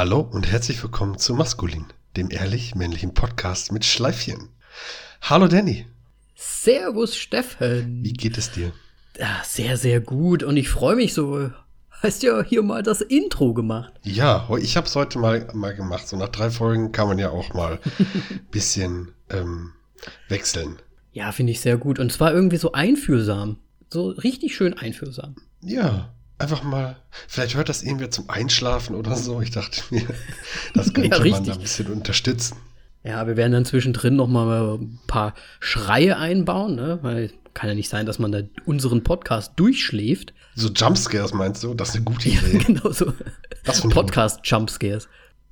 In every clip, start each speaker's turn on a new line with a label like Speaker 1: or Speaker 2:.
Speaker 1: Hallo und herzlich willkommen zu Maskulin, dem ehrlich-männlichen Podcast mit Schleifchen. Hallo Danny.
Speaker 2: Servus Steffen.
Speaker 1: Wie geht es dir?
Speaker 2: Ja, sehr, sehr gut und ich freue mich so. Hast ja hier mal das Intro gemacht.
Speaker 1: Ja, ich habe es heute mal gemacht. So nach 3 Folgen kann man ja auch mal ein bisschen wechseln.
Speaker 2: Ja, finde ich sehr gut und zwar irgendwie so einfühlsam. So richtig schön einfühlsam.
Speaker 1: Ja, einfach mal, vielleicht hört das irgendwer zum Einschlafen oder so. Ich dachte mir, das könnte man da ein bisschen unterstützen.
Speaker 2: Ja, wir werden dann zwischendrin noch mal ein paar Schreie einbauen, ne? Weil kann ja nicht sein, dass man da unseren Podcast durchschläft.
Speaker 1: So Jumpscares meinst du? Das ist eine gute Idee.
Speaker 2: Ja, genau so. Podcast-Jumpscares.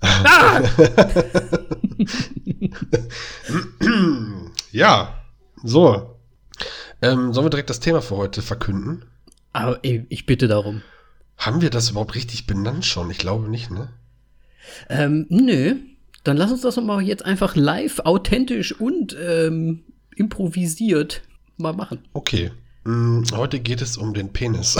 Speaker 1: Ja, so. Sollen wir direkt das Thema für heute verkünden?
Speaker 2: Aber ich bitte darum.
Speaker 1: Haben wir das überhaupt richtig benannt schon? Ich glaube nicht, ne?
Speaker 2: Nö. Dann lass uns das doch mal jetzt einfach live, authentisch und improvisiert mal machen.
Speaker 1: Okay. Heute geht es um den Penis.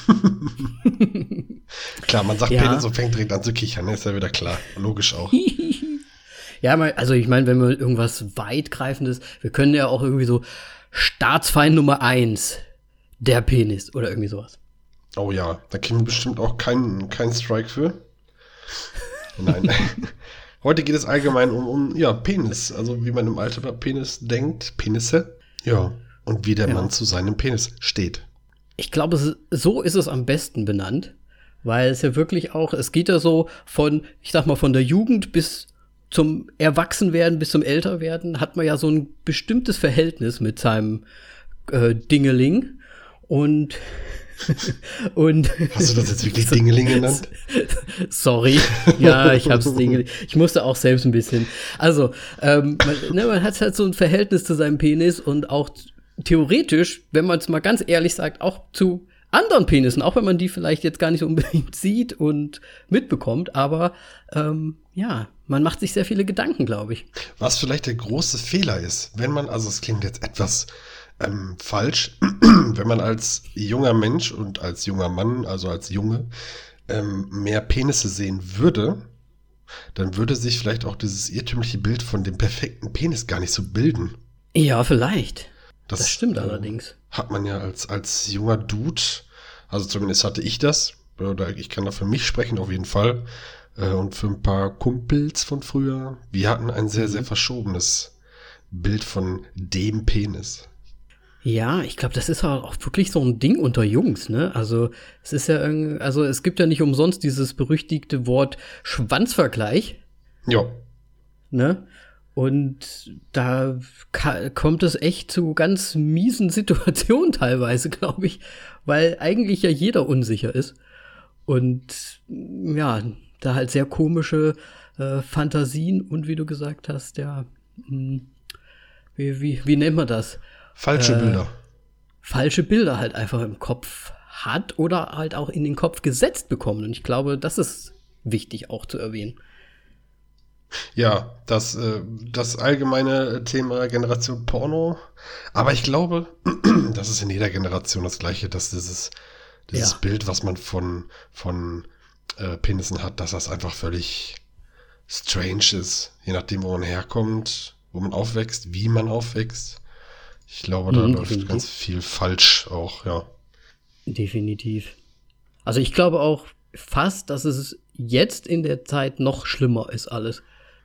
Speaker 1: Klar, man sagt ja. Penis und fängt direkt an zu kichern, ne? Ist ja wieder klar. Logisch auch.
Speaker 2: Ja, also ich meine, wenn wir irgendwas Weitgreifendes, wir können ja auch irgendwie so Staatsfeind Nummer 1, der Penis oder irgendwie sowas.
Speaker 1: Oh ja, da kriegen wir bestimmt auch keinen Strike für. Nein. Heute geht es allgemein um Penis. Also wie man im Alter über Penis denkt, Penisse. Ja, und wie der Mann zu seinem Penis steht.
Speaker 2: Ich glaube, so ist es am besten benannt, weil es ja wirklich auch, es geht ja so von, ich sag mal, von der Jugend bis zum Erwachsenwerden, bis zum Älterwerden, hat man ja so ein bestimmtes Verhältnis mit seinem Dingeling. Und
Speaker 1: hast du das jetzt wirklich Dingeling genannt?
Speaker 2: Sorry. Ja, ich hab's Dingeling. Ich musste auch selbst ein bisschen. Also, man hat halt so ein Verhältnis zu seinem Penis und auch theoretisch, wenn man es mal ganz ehrlich sagt, auch zu anderen Penissen, auch wenn man die vielleicht jetzt gar nicht so unbedingt sieht und mitbekommt, aber man macht sich sehr viele Gedanken, glaube ich.
Speaker 1: Was vielleicht der große Fehler ist, wenn man, also es klingt jetzt etwas falsch, wenn man als junger Mensch und als junger Mann, also als Junge, mehr Penisse sehen würde, dann würde sich vielleicht auch dieses irrtümliche Bild von dem perfekten Penis gar nicht so bilden.
Speaker 2: Ja, vielleicht. Das stimmt allerdings.
Speaker 1: Hat man ja als junger Dude, also zumindest hatte ich das, oder ich kann da für mich sprechen auf jeden Fall, und für ein paar Kumpels von früher, wir hatten ein sehr, sehr verschobenes Bild von dem Penis.
Speaker 2: Ja, ich glaube, das ist auch wirklich so ein Ding unter Jungs, ne? Also es ist ja also es gibt ja nicht umsonst dieses berüchtigte Wort Schwanzvergleich.
Speaker 1: Ja.
Speaker 2: Ne? Und da kommt es echt zu ganz miesen Situationen teilweise, glaube ich, weil eigentlich ja jeder unsicher ist. Und ja, da halt sehr komische Fantasien und wie du gesagt hast, ja, wie nennt man das?
Speaker 1: Falsche Bilder.
Speaker 2: Falsche Bilder halt einfach im Kopf hat oder halt auch in den Kopf gesetzt bekommen. Und ich glaube, das ist wichtig auch zu erwähnen.
Speaker 1: Ja, das allgemeine Thema Generation Porno. Aber ich glaube, das ist in jeder Generation das Gleiche, dass dieses Bild, was man von Penissen hat, dass das einfach völlig strange ist. Je nachdem, wo man herkommt, wo man aufwächst, wie man aufwächst. Ich glaube, da läuft ganz viel falsch auch, ja. Definitiv.
Speaker 2: Also ich glaube auch fast, dass es jetzt in der Zeit noch schlimmer ist alles.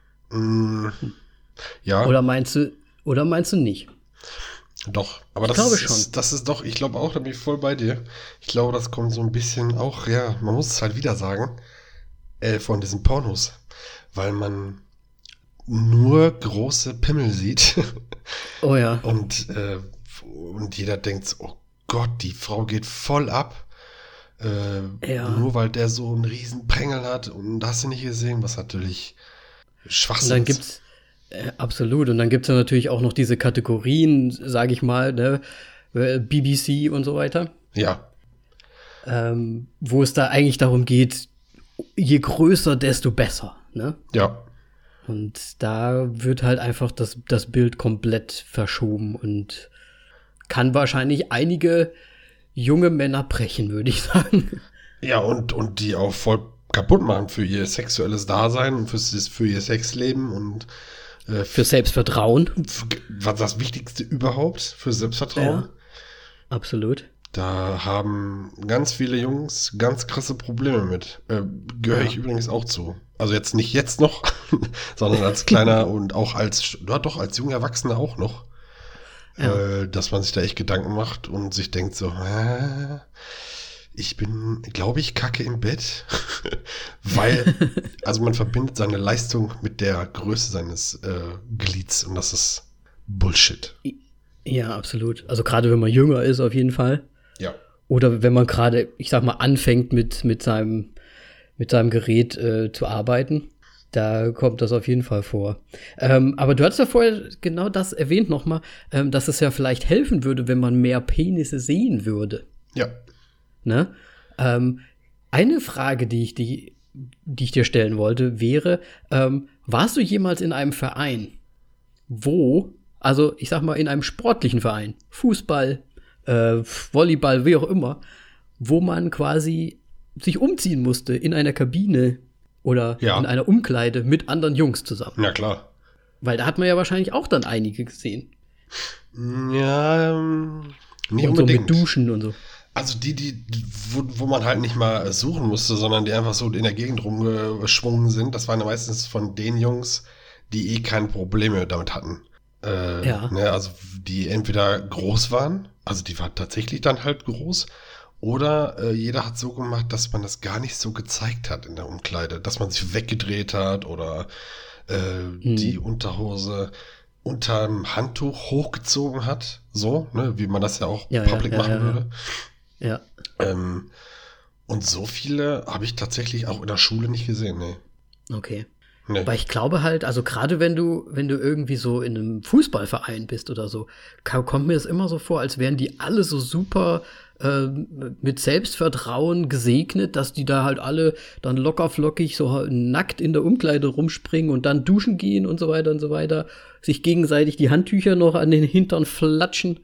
Speaker 1: Ja.
Speaker 2: Oder meinst du nicht?
Speaker 1: Doch, aber das ist doch, ich glaube auch, da bin ich voll bei dir. Ich glaube, das kommt so ein bisschen auch, ja, man muss es halt wieder sagen, von diesen Pornos, weil man nur große Pimmel sieht.
Speaker 2: Oh ja.
Speaker 1: Und jeder denkt, oh Gott, die Frau geht voll ab. Nur weil der so einen riesen Prängel hat und hast du nicht gesehen, was natürlich Schwachsinn ist.
Speaker 2: Und dann gibt's absolut. Und dann gibt's ja natürlich auch noch diese Kategorien, sage ich mal, ne, BBC und so weiter.
Speaker 1: Ja.
Speaker 2: Wo es da eigentlich darum geht, je größer, desto besser, ne?
Speaker 1: Ja.
Speaker 2: Und da wird halt einfach das Bild komplett verschoben und kann wahrscheinlich einige junge Männer brechen, würde ich sagen.
Speaker 1: Ja, und die auch voll kaputt machen für ihr sexuelles Dasein und für ihr Sexleben und
Speaker 2: für Selbstvertrauen.
Speaker 1: Was das Wichtigste überhaupt für Selbstvertrauen.
Speaker 2: Ja, absolut.
Speaker 1: Da haben ganz viele Jungs ganz krasse Probleme mit. Gehöre ich übrigens auch zu. Also jetzt nicht jetzt noch, sondern als kleiner und auch als junger Erwachsener auch noch. Ja. Dass man sich da echt Gedanken macht und sich denkt so, ich bin, glaube ich, kacke im Bett. Weil, also man verbindet seine Leistung mit der Größe seines Glieds und das ist Bullshit.
Speaker 2: Ja, absolut. Also gerade wenn man jünger ist, auf jeden Fall.
Speaker 1: Ja.
Speaker 2: Oder wenn man gerade, ich sag mal, anfängt mit seinem Gerät zu arbeiten, da kommt das auf jeden Fall vor. Aber du hattest ja vorher genau das erwähnt nochmal, dass es ja vielleicht helfen würde, wenn man mehr Penisse sehen würde.
Speaker 1: Ja.
Speaker 2: Ne? Eine Frage, die ich dir stellen wollte, wäre, warst du jemals in einem Verein, also ich sag mal in einem sportlichen Verein, Fußball, Volleyball, wie auch immer, wo man quasi sich umziehen musste in einer Kabine oder in einer Umkleide mit anderen Jungs zusammen?
Speaker 1: Ja, klar.
Speaker 2: Weil da hat man ja wahrscheinlich auch dann einige gesehen.
Speaker 1: Ja, nicht
Speaker 2: und
Speaker 1: unbedingt.
Speaker 2: So mit Duschen und so.
Speaker 1: Also wo man halt nicht mal suchen musste, sondern die einfach so in der Gegend rumgeschwungen sind, das waren ja meistens von den Jungs, die keine Probleme damit hatten. Ne, also die entweder groß waren, also die waren tatsächlich dann halt groß, oder jeder hat so gemacht, dass man das gar nicht so gezeigt hat in der Umkleide, dass man sich weggedreht hat oder die Unterhose unterm Handtuch hochgezogen hat, so, ne, wie man das ja auch public machen würde.
Speaker 2: Ja.
Speaker 1: Und so viele habe ich tatsächlich auch in der Schule nicht gesehen, ne.
Speaker 2: Okay.
Speaker 1: Nee.
Speaker 2: Weil ich glaube halt, also gerade wenn du irgendwie so in einem Fußballverein bist oder so, kommt mir das immer so vor, als wären die alle so super mit Selbstvertrauen gesegnet, dass die da halt alle dann lockerflockig so nackt in der Umkleide rumspringen und dann duschen gehen und so weiter, sich gegenseitig die Handtücher noch an den Hintern flatschen.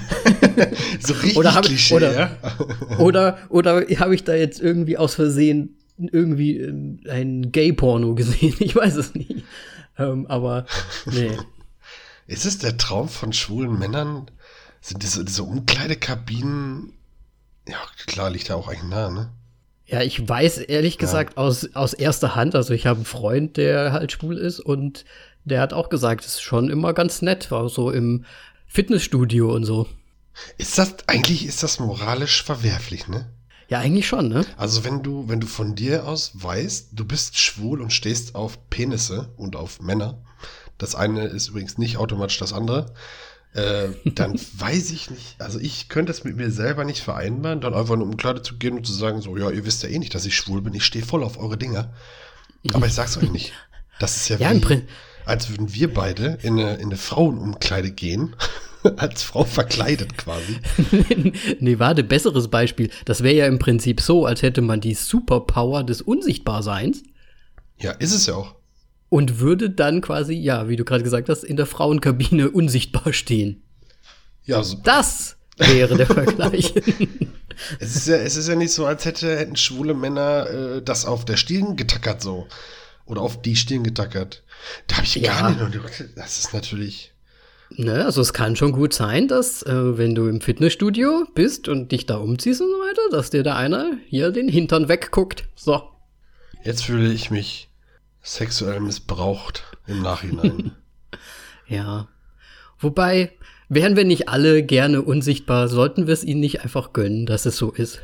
Speaker 1: So richtig Klischee, ja?
Speaker 2: Oder habe ich da jetzt irgendwie aus Versehen irgendwie ein Gay-Porno gesehen? Ich weiß es nicht. Aber nee.
Speaker 1: Ist es der Traum von schwulen Männern? Sind diese Umkleidekabinen? Ja, klar, liegt ja auch eigentlich nah, ne?
Speaker 2: Ja, ich weiß ehrlich gesagt aus erster Hand, also ich habe einen Freund, der halt schwul ist und der hat auch gesagt, es ist schon immer ganz nett, war so im Fitnessstudio und so.
Speaker 1: Ist das moralisch verwerflich, ne?
Speaker 2: Ja, eigentlich schon, ne?
Speaker 1: Also wenn du von dir aus weißt, du bist schwul und stehst auf Penisse und auf Männer, das eine ist übrigens nicht automatisch das andere, dann weiß ich nicht, also ich könnte es mit mir selber nicht vereinbaren, dann einfach in eine Umkleide zu gehen und zu sagen, so, ja, ihr wisst ja eh nicht, dass ich schwul bin, ich stehe voll auf eure Dinger. Aber ich sag's euch nicht. Das ist ja wie, als würden wir beide in eine Frauenumkleide gehen, als Frau verkleidet quasi.
Speaker 2: Nee, warte, besseres Beispiel. Das wäre ja im Prinzip so, als hätte man die Superpower des Unsichtbarseins.
Speaker 1: Ja, ist es ja auch.
Speaker 2: Und würde dann quasi, ja, wie du gerade gesagt hast, in der Frauenkabine unsichtbar stehen.
Speaker 1: Ja, so.
Speaker 2: Das wäre der Vergleich.
Speaker 1: Es ist ja nicht so, als hätten schwule Männer das auf der Stirn getackert so. Oder auf die Stirn getackert. Da habe ich gar nicht. Das ist natürlich.
Speaker 2: Ne, also es kann schon gut sein, dass wenn du im Fitnessstudio bist und dich da umziehst und so weiter, dass dir da einer hier den Hintern wegguckt. So.
Speaker 1: Jetzt fühle ich mich sexuell missbraucht im Nachhinein.
Speaker 2: Ja. Wobei, wären wir nicht alle gerne unsichtbar, sollten wir es ihnen nicht einfach gönnen, dass es so ist.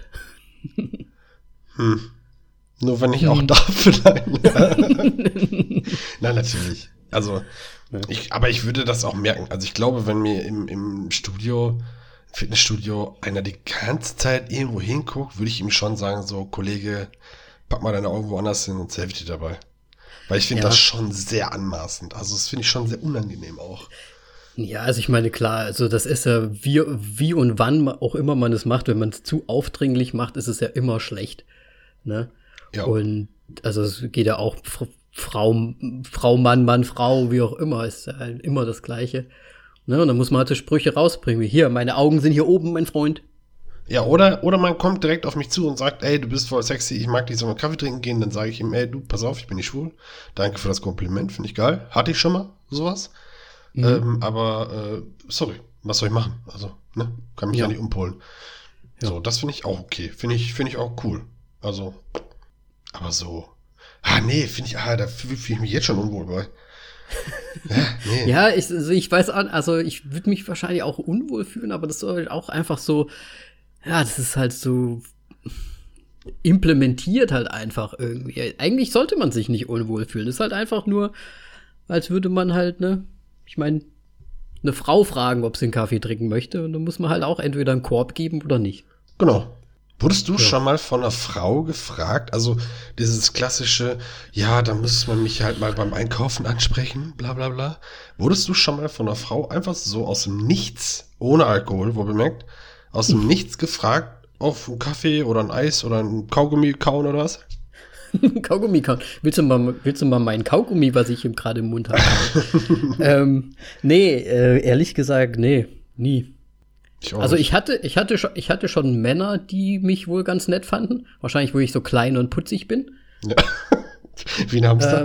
Speaker 1: Nur wenn ich auch darf vielleicht. Nein, natürlich. Also, aber ich würde das auch merken. Also ich glaube, wenn mir im Fitnessstudio einer die ganze Zeit irgendwo hinguckt, würde ich ihm schon sagen, so, Kollege, pack mal deine Augen woanders hin und selfie dabei. Weil ich finde das schon sehr anmaßend. Also das finde ich schon sehr unangenehm auch.
Speaker 2: Ja, also ich meine, klar, also das ist ja, wie und wann auch immer man es macht, wenn man es zu aufdringlich macht, ist es ja immer schlecht. Ne? Ja. Und also es geht ja auch Frau, Mann, Frau, wie auch immer, ist ja immer das Gleiche. Ne? Und dann muss man halt so Sprüche rausbringen, wie hier, meine Augen sind hier oben, mein Freund.
Speaker 1: Ja, oder man kommt direkt auf mich zu und sagt, ey, du bist voll sexy, ich mag dich, sollen wir Kaffee trinken gehen? Dann sage ich ihm, ey, du, pass auf, ich bin nicht schwul. Danke für das Kompliment, finde ich geil. Hatte ich schon mal sowas. Aber sorry, was soll ich machen? Also, ne, kann mich ja nicht umpolen. Ja. So, das finde ich auch okay. Finde ich auch cool. Also, aber so. Nee, da fühle ich mich jetzt schon unwohl bei.
Speaker 2: Nee. Ja, ich weiß auch, also ich würde mich wahrscheinlich auch unwohl fühlen, aber das ist halt auch einfach so, ja, das ist halt so implementiert halt einfach irgendwie. Eigentlich sollte man sich nicht unwohl fühlen. Das ist halt einfach nur, als würde man halt, ne, ich meine, eine Frau fragen, ob sie einen Kaffee trinken möchte. Und dann muss man halt auch entweder einen Korb geben oder nicht.
Speaker 1: Genau. Wurdest du schon mal von einer Frau gefragt? Also dieses klassische, ja, da muss man mich halt mal beim Einkaufen ansprechen, bla bla bla. Wurdest du schon mal von einer Frau einfach so aus dem Nichts, ohne Alkohol, wo bemerkt, aus dem Nichts gefragt, auf einen Kaffee oder ein Eis oder ein Kaugummi kauen oder was?
Speaker 2: Kaugummi kauen. Willst du mal mein Kaugummi, was ich gerade im Mund habe? Ehrlich gesagt, nee, nie. Also ich hatte schon Männer, die mich wohl ganz nett fanden. Wahrscheinlich, wo ich so klein und putzig bin.
Speaker 1: Ja. Wie ein Hamster.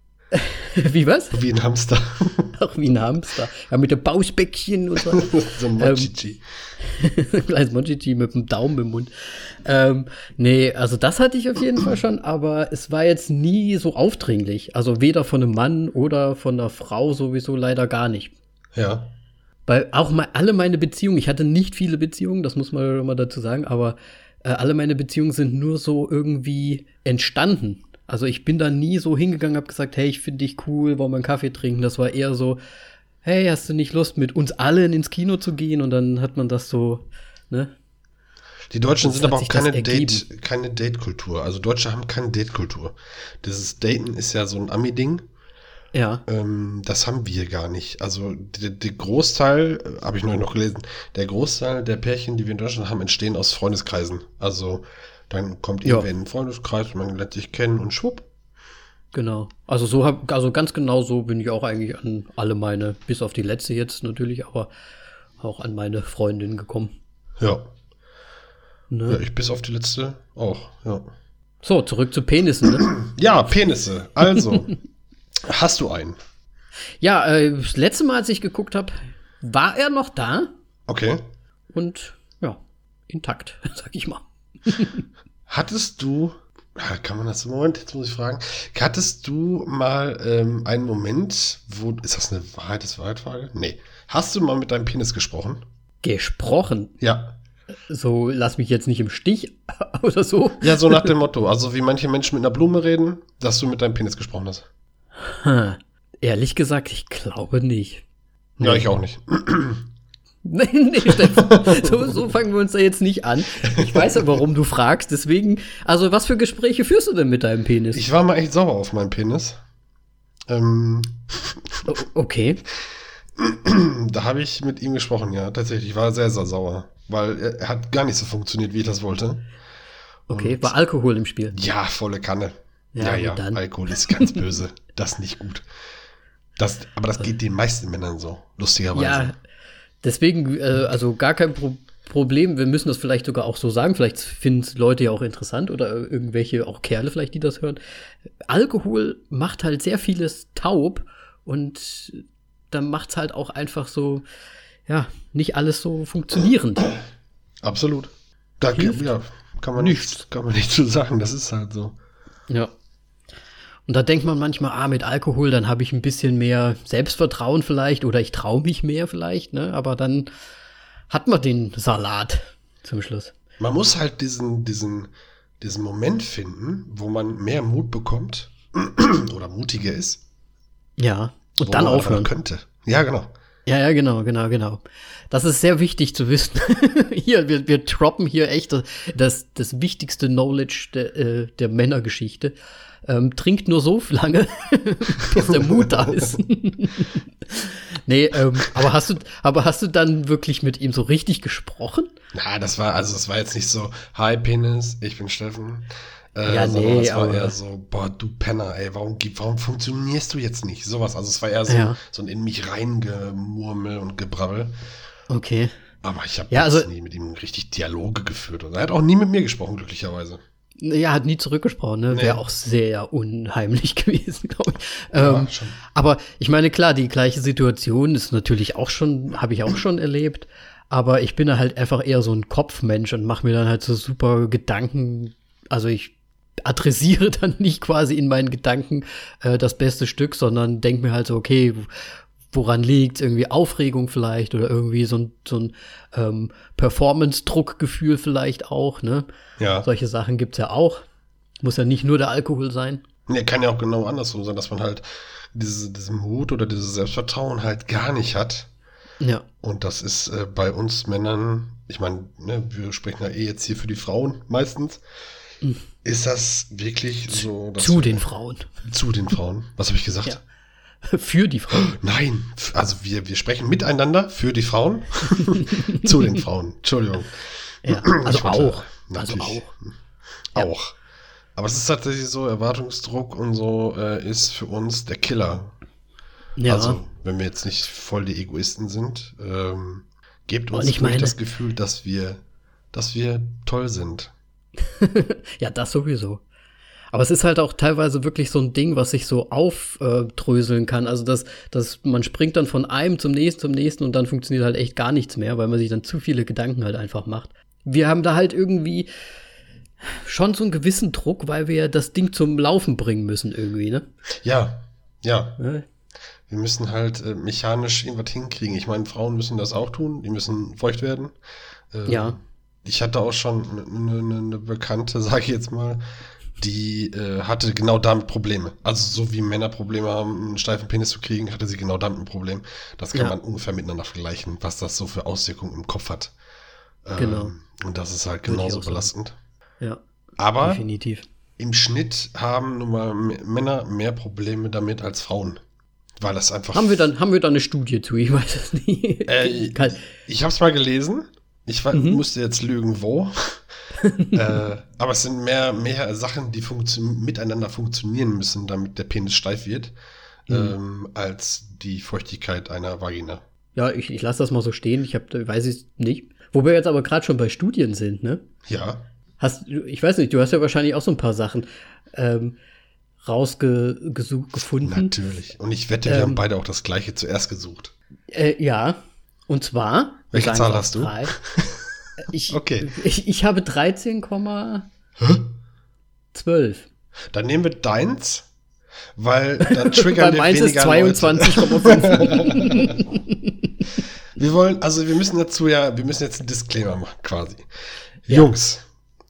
Speaker 2: Wie was?
Speaker 1: Wie ein Hamster.
Speaker 2: Ach, wie ein Hamster. Ja, mit dem Bauchbäckchen und so.
Speaker 1: So ein Mochichi.
Speaker 2: Ein kleines Mochichi mit dem Daumen im Mund. Nee, also das hatte ich auf jeden Fall schon, aber es war jetzt nie so aufdringlich. Also weder von einem Mann oder von einer Frau sowieso leider gar nicht.
Speaker 1: Ja.
Speaker 2: Weil auch alle meine Beziehungen, ich hatte nicht viele Beziehungen, das muss man immer dazu sagen, aber alle meine Beziehungen sind nur so irgendwie entstanden. Also ich bin da nie so hingegangen, hab gesagt, hey, ich finde dich cool, wollen wir einen Kaffee trinken? Das war eher so, hey, hast du nicht Lust, mit uns allen ins Kino zu gehen? Und dann hat man das so, ne?
Speaker 1: Die Deutschen sind aber auch keine Date-Kultur. Also Deutsche haben keine Date-Kultur. Dieses Daten ist ja so ein Ami-Ding.
Speaker 2: Ja.
Speaker 1: Das haben wir gar nicht. Also der Großteil, habe ich neulich noch gelesen, der Großteil der Pärchen, die wir in Deutschland haben, entstehen aus Freundeskreisen. Also dann kommt irgendwer in einen Freundeskreis, man lernt sich kennen und schwupp.
Speaker 2: Genau. Also ganz genau so bin ich auch eigentlich an alle meine, bis auf die letzte jetzt natürlich, aber auch an meine Freundin gekommen.
Speaker 1: Ja. Ne? Ja, ich bis auf die letzte auch, ja.
Speaker 2: So, zurück zu Penissen, ne?
Speaker 1: Ja, Penisse. Also, hast du einen?
Speaker 2: Ja, das letzte Mal, als ich geguckt habe, war er noch da.
Speaker 1: Okay.
Speaker 2: Und ja, intakt, sag ich mal.
Speaker 1: Hattest du, kann man das im Moment, jetzt muss ich fragen, hattest du mal einen Moment, wo, ist das eine Wahrheit-Frage? Nee. Hast du mal mit deinem Penis gesprochen?
Speaker 2: Gesprochen?
Speaker 1: Ja.
Speaker 2: So, lass mich jetzt nicht im Stich oder so?
Speaker 1: Ja, so nach dem Motto. Also wie manche Menschen mit einer Blume reden, dass du mit deinem Penis gesprochen hast.
Speaker 2: Ehrlich gesagt, ich glaube nicht.
Speaker 1: Ja, ich auch nicht.
Speaker 2: Nee, Steffen, so fangen wir uns da jetzt nicht an. Ich weiß ja, warum du fragst. Deswegen, also was für Gespräche führst du denn mit deinem Penis?
Speaker 1: Ich war mal echt sauer auf meinen Penis.
Speaker 2: Okay.
Speaker 1: Da habe ich mit ihm gesprochen, ja, tatsächlich. Ich war sehr, sehr sauer, weil er hat gar nicht so funktioniert, wie ich das wollte.
Speaker 2: Okay, und war Alkohol im Spiel?
Speaker 1: Ja, volle Kanne.
Speaker 2: Ja, dann.
Speaker 1: Alkohol ist ganz böse. Das ist nicht gut. Aber das geht den meisten Männern so, lustigerweise.
Speaker 2: Ja, deswegen, also gar kein Problem. Wir müssen das vielleicht sogar auch so sagen. Vielleicht finden es Leute ja auch interessant oder irgendwelche, auch Kerle vielleicht, die das hören. Alkohol macht halt sehr vieles taub und dann macht es halt auch einfach so, ja, nicht alles so funktionierend.
Speaker 1: Absolut. Da kann man nicht zu sagen. Das ist halt so.
Speaker 2: Ja. Und da denkt man manchmal, mit Alkohol, dann habe ich ein bisschen mehr Selbstvertrauen vielleicht oder ich traue mich mehr vielleicht, ne? Aber dann hat man den Salat zum Schluss.
Speaker 1: Man muss halt diesen Moment finden, wo man mehr Mut bekommt oder mutiger ist.
Speaker 2: Ja, und dann aufhören
Speaker 1: könnte. Ja, genau.
Speaker 2: Ja, genau. Das ist sehr wichtig zu wissen. Hier, wir droppen hier echt das wichtigste Knowledge der Männergeschichte. Trinkt nur so lange, bis der Mut da ist. Nee, aber hast du dann wirklich mit ihm so richtig gesprochen?
Speaker 1: Na, das war jetzt nicht so, hi Penis, ich bin Steffen.
Speaker 2: Ja, nee,
Speaker 1: es war eher so, boah, du Penner, ey, warum funktionierst du jetzt nicht? Sowas, also es war eher so ein in mich reingemurmel und Gebrabbel.
Speaker 2: Okay.
Speaker 1: Aber ich habe nie mit ihm richtig Dialoge geführt. Und er hat auch nie mit mir gesprochen, glücklicherweise.
Speaker 2: Ja, hat nie zurückgesprochen, ne? Nee. Wäre auch sehr unheimlich gewesen, glaube ich.
Speaker 1: Ja, schon.
Speaker 2: Aber ich meine, klar, die gleiche Situation ist natürlich habe ich auch schon erlebt. Aber ich bin da halt einfach eher so ein Kopfmensch und mache mir dann halt so super Gedanken. Also ich adressiere dann nicht quasi in meinen Gedanken das beste Stück, sondern denke mir halt so, okay, woran liegt's? Irgendwie Aufregung vielleicht oder irgendwie so ein Performance-Druckgefühl vielleicht auch, ne?
Speaker 1: Ja.
Speaker 2: Solche Sachen gibt's ja auch. Muss ja nicht nur der Alkohol sein.
Speaker 1: Ja, kann ja auch genau andersrum sein, dass man halt diesen Mut oder dieses Selbstvertrauen halt gar nicht hat.
Speaker 2: Ja.
Speaker 1: Und das ist bei uns Männern, ich meine, ne, wir sprechen ja jetzt hier für die Frauen meistens, ist das wirklich so, dass
Speaker 2: zu den Frauen.
Speaker 1: Zu den Frauen. Was habe ich gesagt? Ja.
Speaker 2: Für die Frauen.
Speaker 1: Nein, also wir sprechen miteinander für die Frauen. Zu den Frauen. Entschuldigung.
Speaker 2: Ja, also auch.
Speaker 1: Natürlich.
Speaker 2: Also
Speaker 1: auch. Ja. Aber es ist tatsächlich so, Erwartungsdruck und so ist für uns der Killer.
Speaker 2: Ja.
Speaker 1: Also, wenn wir jetzt nicht voll die Egoisten sind, gebt uns nicht das Gefühl, dass wir toll sind.
Speaker 2: Ja, das sowieso. Aber es ist halt auch teilweise wirklich so ein Ding, was sich so aufdröseln kann. Also, dass man springt dann von einem zum nächsten und dann funktioniert halt echt gar nichts mehr, weil man sich dann zu viele Gedanken halt einfach macht. Wir haben da halt irgendwie schon so einen gewissen Druck, weil wir das Ding zum Laufen bringen müssen irgendwie, ne?
Speaker 1: Ja. Wir müssen halt mechanisch irgendwas hinkriegen. Ich meine, Frauen müssen das auch tun. Die müssen feucht werden.
Speaker 2: Ja.
Speaker 1: Ich hatte auch schon eine Bekannte, sage ich jetzt mal, die hatte genau damit Probleme. Also so wie Männer Probleme haben, einen steifen Penis zu kriegen, hatte sie genau damit ein Problem. Das kann man ungefähr miteinander vergleichen, was das so für Auswirkungen im Kopf hat.
Speaker 2: Genau.
Speaker 1: Und das ist halt genauso belastend.
Speaker 2: Ja,
Speaker 1: aber
Speaker 2: definitiv.
Speaker 1: Im Schnitt haben nun mal Männer mehr Probleme damit als Frauen. Weil das einfach...
Speaker 2: Haben wir dann eine Studie zu? Ich weiß es nicht.
Speaker 1: Ich habe es mal gelesen. Ich musste jetzt lügen, wo. Aber es sind mehr Sachen, die miteinander funktionieren müssen, damit der Penis steif wird, als die Feuchtigkeit einer Vagina.
Speaker 2: Ja, ich lasse das mal so stehen. Weiß es nicht. Wo wir jetzt aber gerade schon bei Studien sind, ne?
Speaker 1: Ja.
Speaker 2: Ich weiß nicht, du hast ja wahrscheinlich auch so ein paar Sachen gefunden.
Speaker 1: Natürlich. Und ich wette, wir haben beide auch das Gleiche zuerst gesucht.
Speaker 2: Ja. Und zwar.
Speaker 1: Welche Zahl hast du?
Speaker 2: Okay. Ich habe 13,12.
Speaker 1: Dann nehmen wir deins, weil dann triggern wir
Speaker 2: meins
Speaker 1: weniger
Speaker 2: ist 22,5.
Speaker 1: wir müssen jetzt einen Disclaimer machen, quasi. Ja. Jungs,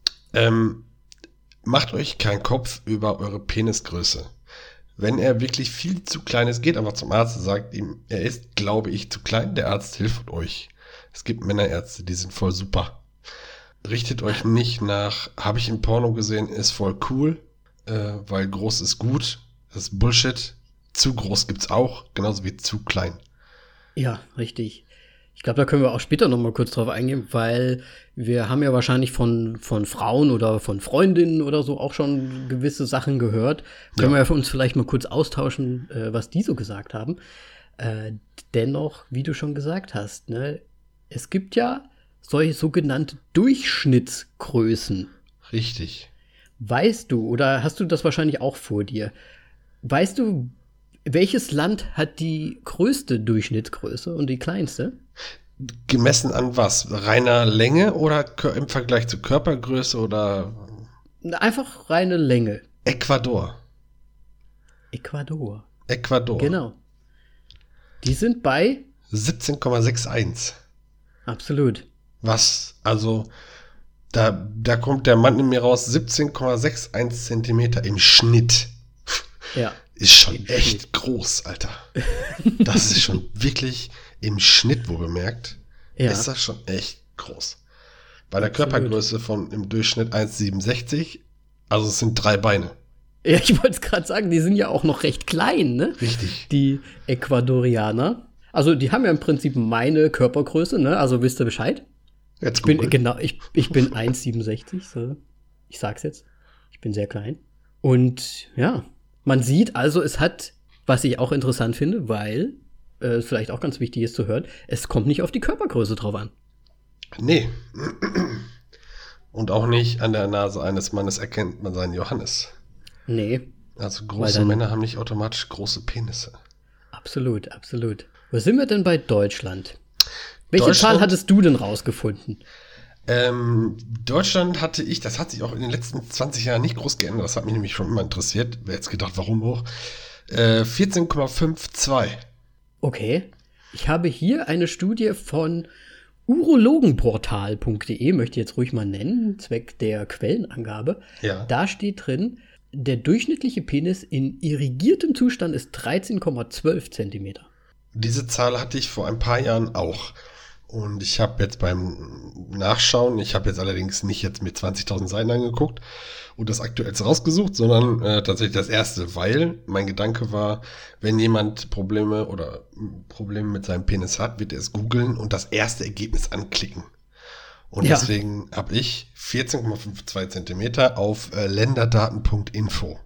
Speaker 1: macht euch keinen Kopf über eure Penisgröße. Wenn er wirklich viel zu klein ist, geht einfach zum Arzt und sagt ihm, er ist, glaube ich, zu klein. Der Arzt hilft euch. Es gibt Männerärzte, die sind voll super. Richtet euch nicht nach, habe ich im Porno gesehen, ist voll cool, weil groß ist gut. Das ist Bullshit. Zu groß gibt's auch, genauso wie zu klein.
Speaker 2: Ja, richtig. Ich glaube, da können wir auch später noch mal kurz drauf eingehen, weil wir haben ja wahrscheinlich von Frauen oder von Freundinnen oder so auch schon gewisse Sachen gehört. Können wir ja für uns vielleicht mal kurz austauschen, was die so gesagt haben. Dennoch, wie du schon gesagt hast, ne, es gibt ja solche sogenannte Durchschnittsgrößen.
Speaker 1: Richtig.
Speaker 2: Weißt du, oder hast du das wahrscheinlich auch vor dir? Weißt du, welches Land hat die größte Durchschnittsgröße und die kleinste?
Speaker 1: Gemessen an was? Reiner Länge oder im Vergleich zur Körpergröße oder?
Speaker 2: Einfach reine Länge.
Speaker 1: Ecuador.
Speaker 2: Genau. Die sind bei
Speaker 1: 17,61.
Speaker 2: Absolut.
Speaker 1: Was? Also, da kommt der Mann in mir raus, 17,61 Zentimeter im Schnitt.
Speaker 2: Ja.
Speaker 1: Ist schon echt groß, Alter. Das ist schon wirklich im Schnitt, wo bemerkt, ist das schon echt groß. Bei der Körpergröße von im Durchschnitt 1,67, also es sind 3 Beine.
Speaker 2: Ja, ich wollte es gerade sagen, die sind ja auch noch recht klein, ne?
Speaker 1: Richtig.
Speaker 2: Die Ecuadorianer. Also die haben ja im Prinzip meine Körpergröße, ne? Also wisst ihr Bescheid?
Speaker 1: Jetzt
Speaker 2: ich bin 1,67, so. Ich sag's jetzt. Ich bin sehr klein. Und ja, man sieht also, es hat, was ich auch interessant finde, weil vielleicht auch ganz wichtig ist zu hören, es kommt nicht auf die Körpergröße drauf an.
Speaker 1: Nee. Und auch nicht an der Nase eines Mannes erkennt man seinen Johannes.
Speaker 2: Nee.
Speaker 1: Also große Männer haben nicht automatisch große Penisse.
Speaker 2: Absolut, absolut. Wo sind wir denn bei Deutschland? Welche Zahl hattest du denn rausgefunden?
Speaker 1: Deutschland hatte ich, das hat sich auch in den letzten 20 Jahren nicht groß geändert. Das hat mich nämlich schon immer interessiert. Wer jetzt gedacht, warum hoch? 14,52.
Speaker 2: Okay. Ich habe hier eine Studie von urologenportal.de, möchte ich jetzt ruhig mal nennen, Zweck der Quellenangabe.
Speaker 1: Ja.
Speaker 2: Da steht drin, der durchschnittliche Penis in irrigiertem Zustand ist 13,12 Zentimeter.
Speaker 1: Diese Zahl hatte ich vor ein paar Jahren auch. Und ich habe jetzt beim Nachschauen, ich habe jetzt allerdings nicht jetzt mit 20.000 Seiten angeguckt und das Aktuellste rausgesucht, sondern tatsächlich das erste, weil mein Gedanke war, wenn jemand Probleme mit seinem Penis hat, wird er es googeln und das erste Ergebnis anklicken. Und deswegen habe ich 14,52 Zentimeter auf länderdaten.info.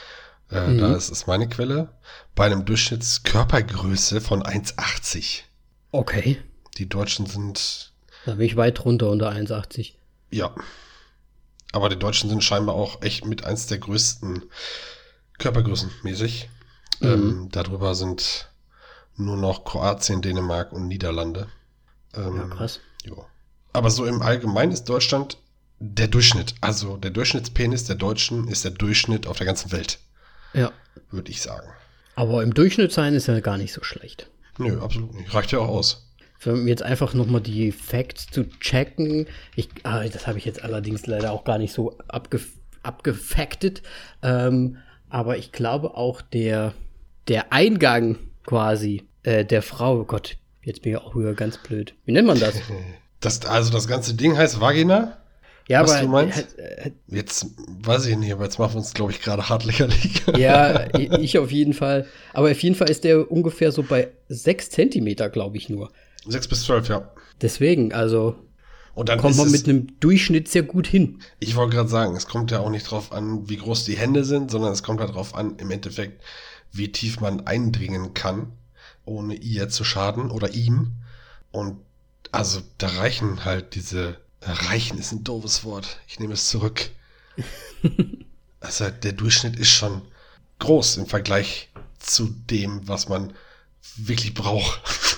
Speaker 1: Da ist meine Quelle. Bei einem Durchschnittskörpergröße von 1,80.
Speaker 2: Okay.
Speaker 1: Die Deutschen sind...
Speaker 2: Da bin ich weit runter unter 1,80.
Speaker 1: Ja. Aber die Deutschen sind scheinbar auch echt mit eins der größten Körpergrößen mäßig. Darüber sind nur noch Kroatien, Dänemark und Niederlande.
Speaker 2: Ja, krass.
Speaker 1: Jo. Aber so im Allgemeinen ist Deutschland der Durchschnitt. Also der Durchschnittspenis der Deutschen ist der Durchschnitt auf der ganzen Welt.
Speaker 2: Ja.
Speaker 1: Würde ich sagen.
Speaker 2: Aber im Durchschnitt sein ist ja gar nicht so schlecht.
Speaker 1: Nö, absolut nicht. Reicht ja auch aus.
Speaker 2: Um jetzt einfach nochmal die Facts zu checken. Das habe ich jetzt allerdings leider auch gar nicht so abgefactet. Aber ich glaube auch der Eingang quasi der Frau, oh Gott, jetzt bin ich auch wieder ganz blöd. Wie nennt man das?
Speaker 1: Das ganze Ding heißt Vagina?
Speaker 2: Ja,
Speaker 1: was
Speaker 2: aber
Speaker 1: du meinst? Jetzt weiß ich nicht, aber jetzt machen wir uns, glaube ich, gerade hart lächerlich.
Speaker 2: Ja, ich auf jeden Fall. Aber auf jeden Fall ist der ungefähr so bei 6 Zentimeter, glaube ich nur.
Speaker 1: 6 bis 12, ja.
Speaker 2: Deswegen, also
Speaker 1: und dann
Speaker 2: kommt man mit einem Durchschnitt sehr gut hin.
Speaker 1: Ich wollte gerade sagen, es kommt ja auch nicht drauf an, wie groß die Hände sind, sondern es kommt halt drauf an, im Endeffekt, wie tief man eindringen kann, ohne ihr zu schaden oder ihm. Und also da reichen halt reichen ist ein doofes Wort. Ich nehme es zurück. Also der Durchschnitt ist schon groß im Vergleich zu dem, was man wirklich braucht.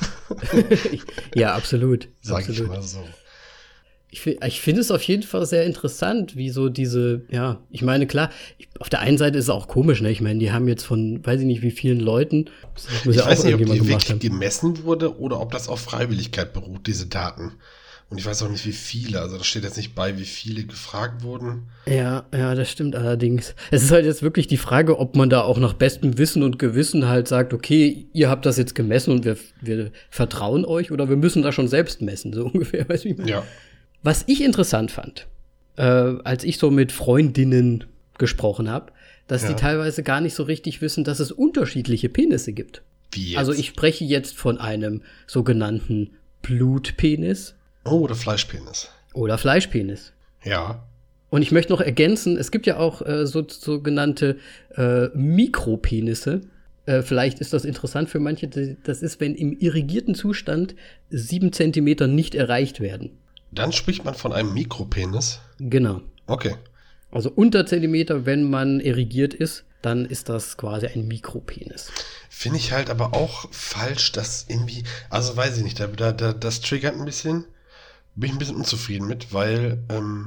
Speaker 2: Ja, absolut.
Speaker 1: Sag ich mal so.
Speaker 2: Ich finde es auf jeden Fall sehr interessant, wie so ich meine, klar, auf der einen Seite ist es auch komisch, ne? Ich meine, die haben jetzt von, weiß ich nicht, wie vielen Leuten,
Speaker 1: ich weiß nicht, ob die wirklich gemessen wurde oder ob das auf Freiwilligkeit beruht, diese Daten. Und ich weiß auch nicht, wie viele. Also da steht jetzt nicht bei, wie viele gefragt wurden.
Speaker 2: Ja, das stimmt allerdings. Es ist halt jetzt wirklich die Frage, ob man da auch nach bestem Wissen und Gewissen halt sagt, okay, ihr habt das jetzt gemessen und wir vertrauen euch oder wir müssen da schon selbst messen, so ungefähr. Weißt du, wie ich meine?
Speaker 1: Ja.
Speaker 2: Was ich interessant fand, als ich so mit Freundinnen gesprochen habe, dass die teilweise gar nicht so richtig wissen, dass es unterschiedliche Penisse gibt.
Speaker 1: Wie jetzt?
Speaker 2: Also ich spreche jetzt von einem sogenannten Blutpenis.
Speaker 1: Oh, oder Fleischpenis.
Speaker 2: Oder Fleischpenis.
Speaker 1: Ja.
Speaker 2: Und ich möchte noch ergänzen, es gibt ja auch sogenannte Mikropenisse. Vielleicht ist das interessant für manche. Das ist, wenn im irrigierten Zustand 7 Zentimeter nicht erreicht werden.
Speaker 1: Dann spricht man von einem Mikropenis?
Speaker 2: Genau.
Speaker 1: Okay.
Speaker 2: Also unter Zentimeter, wenn man irrigiert ist, dann ist das quasi ein Mikropenis.
Speaker 1: Finde ich halt aber auch falsch, dass irgendwie, also weiß ich nicht, das triggert ein bisschen. Bin ich ein bisschen unzufrieden mit, weil,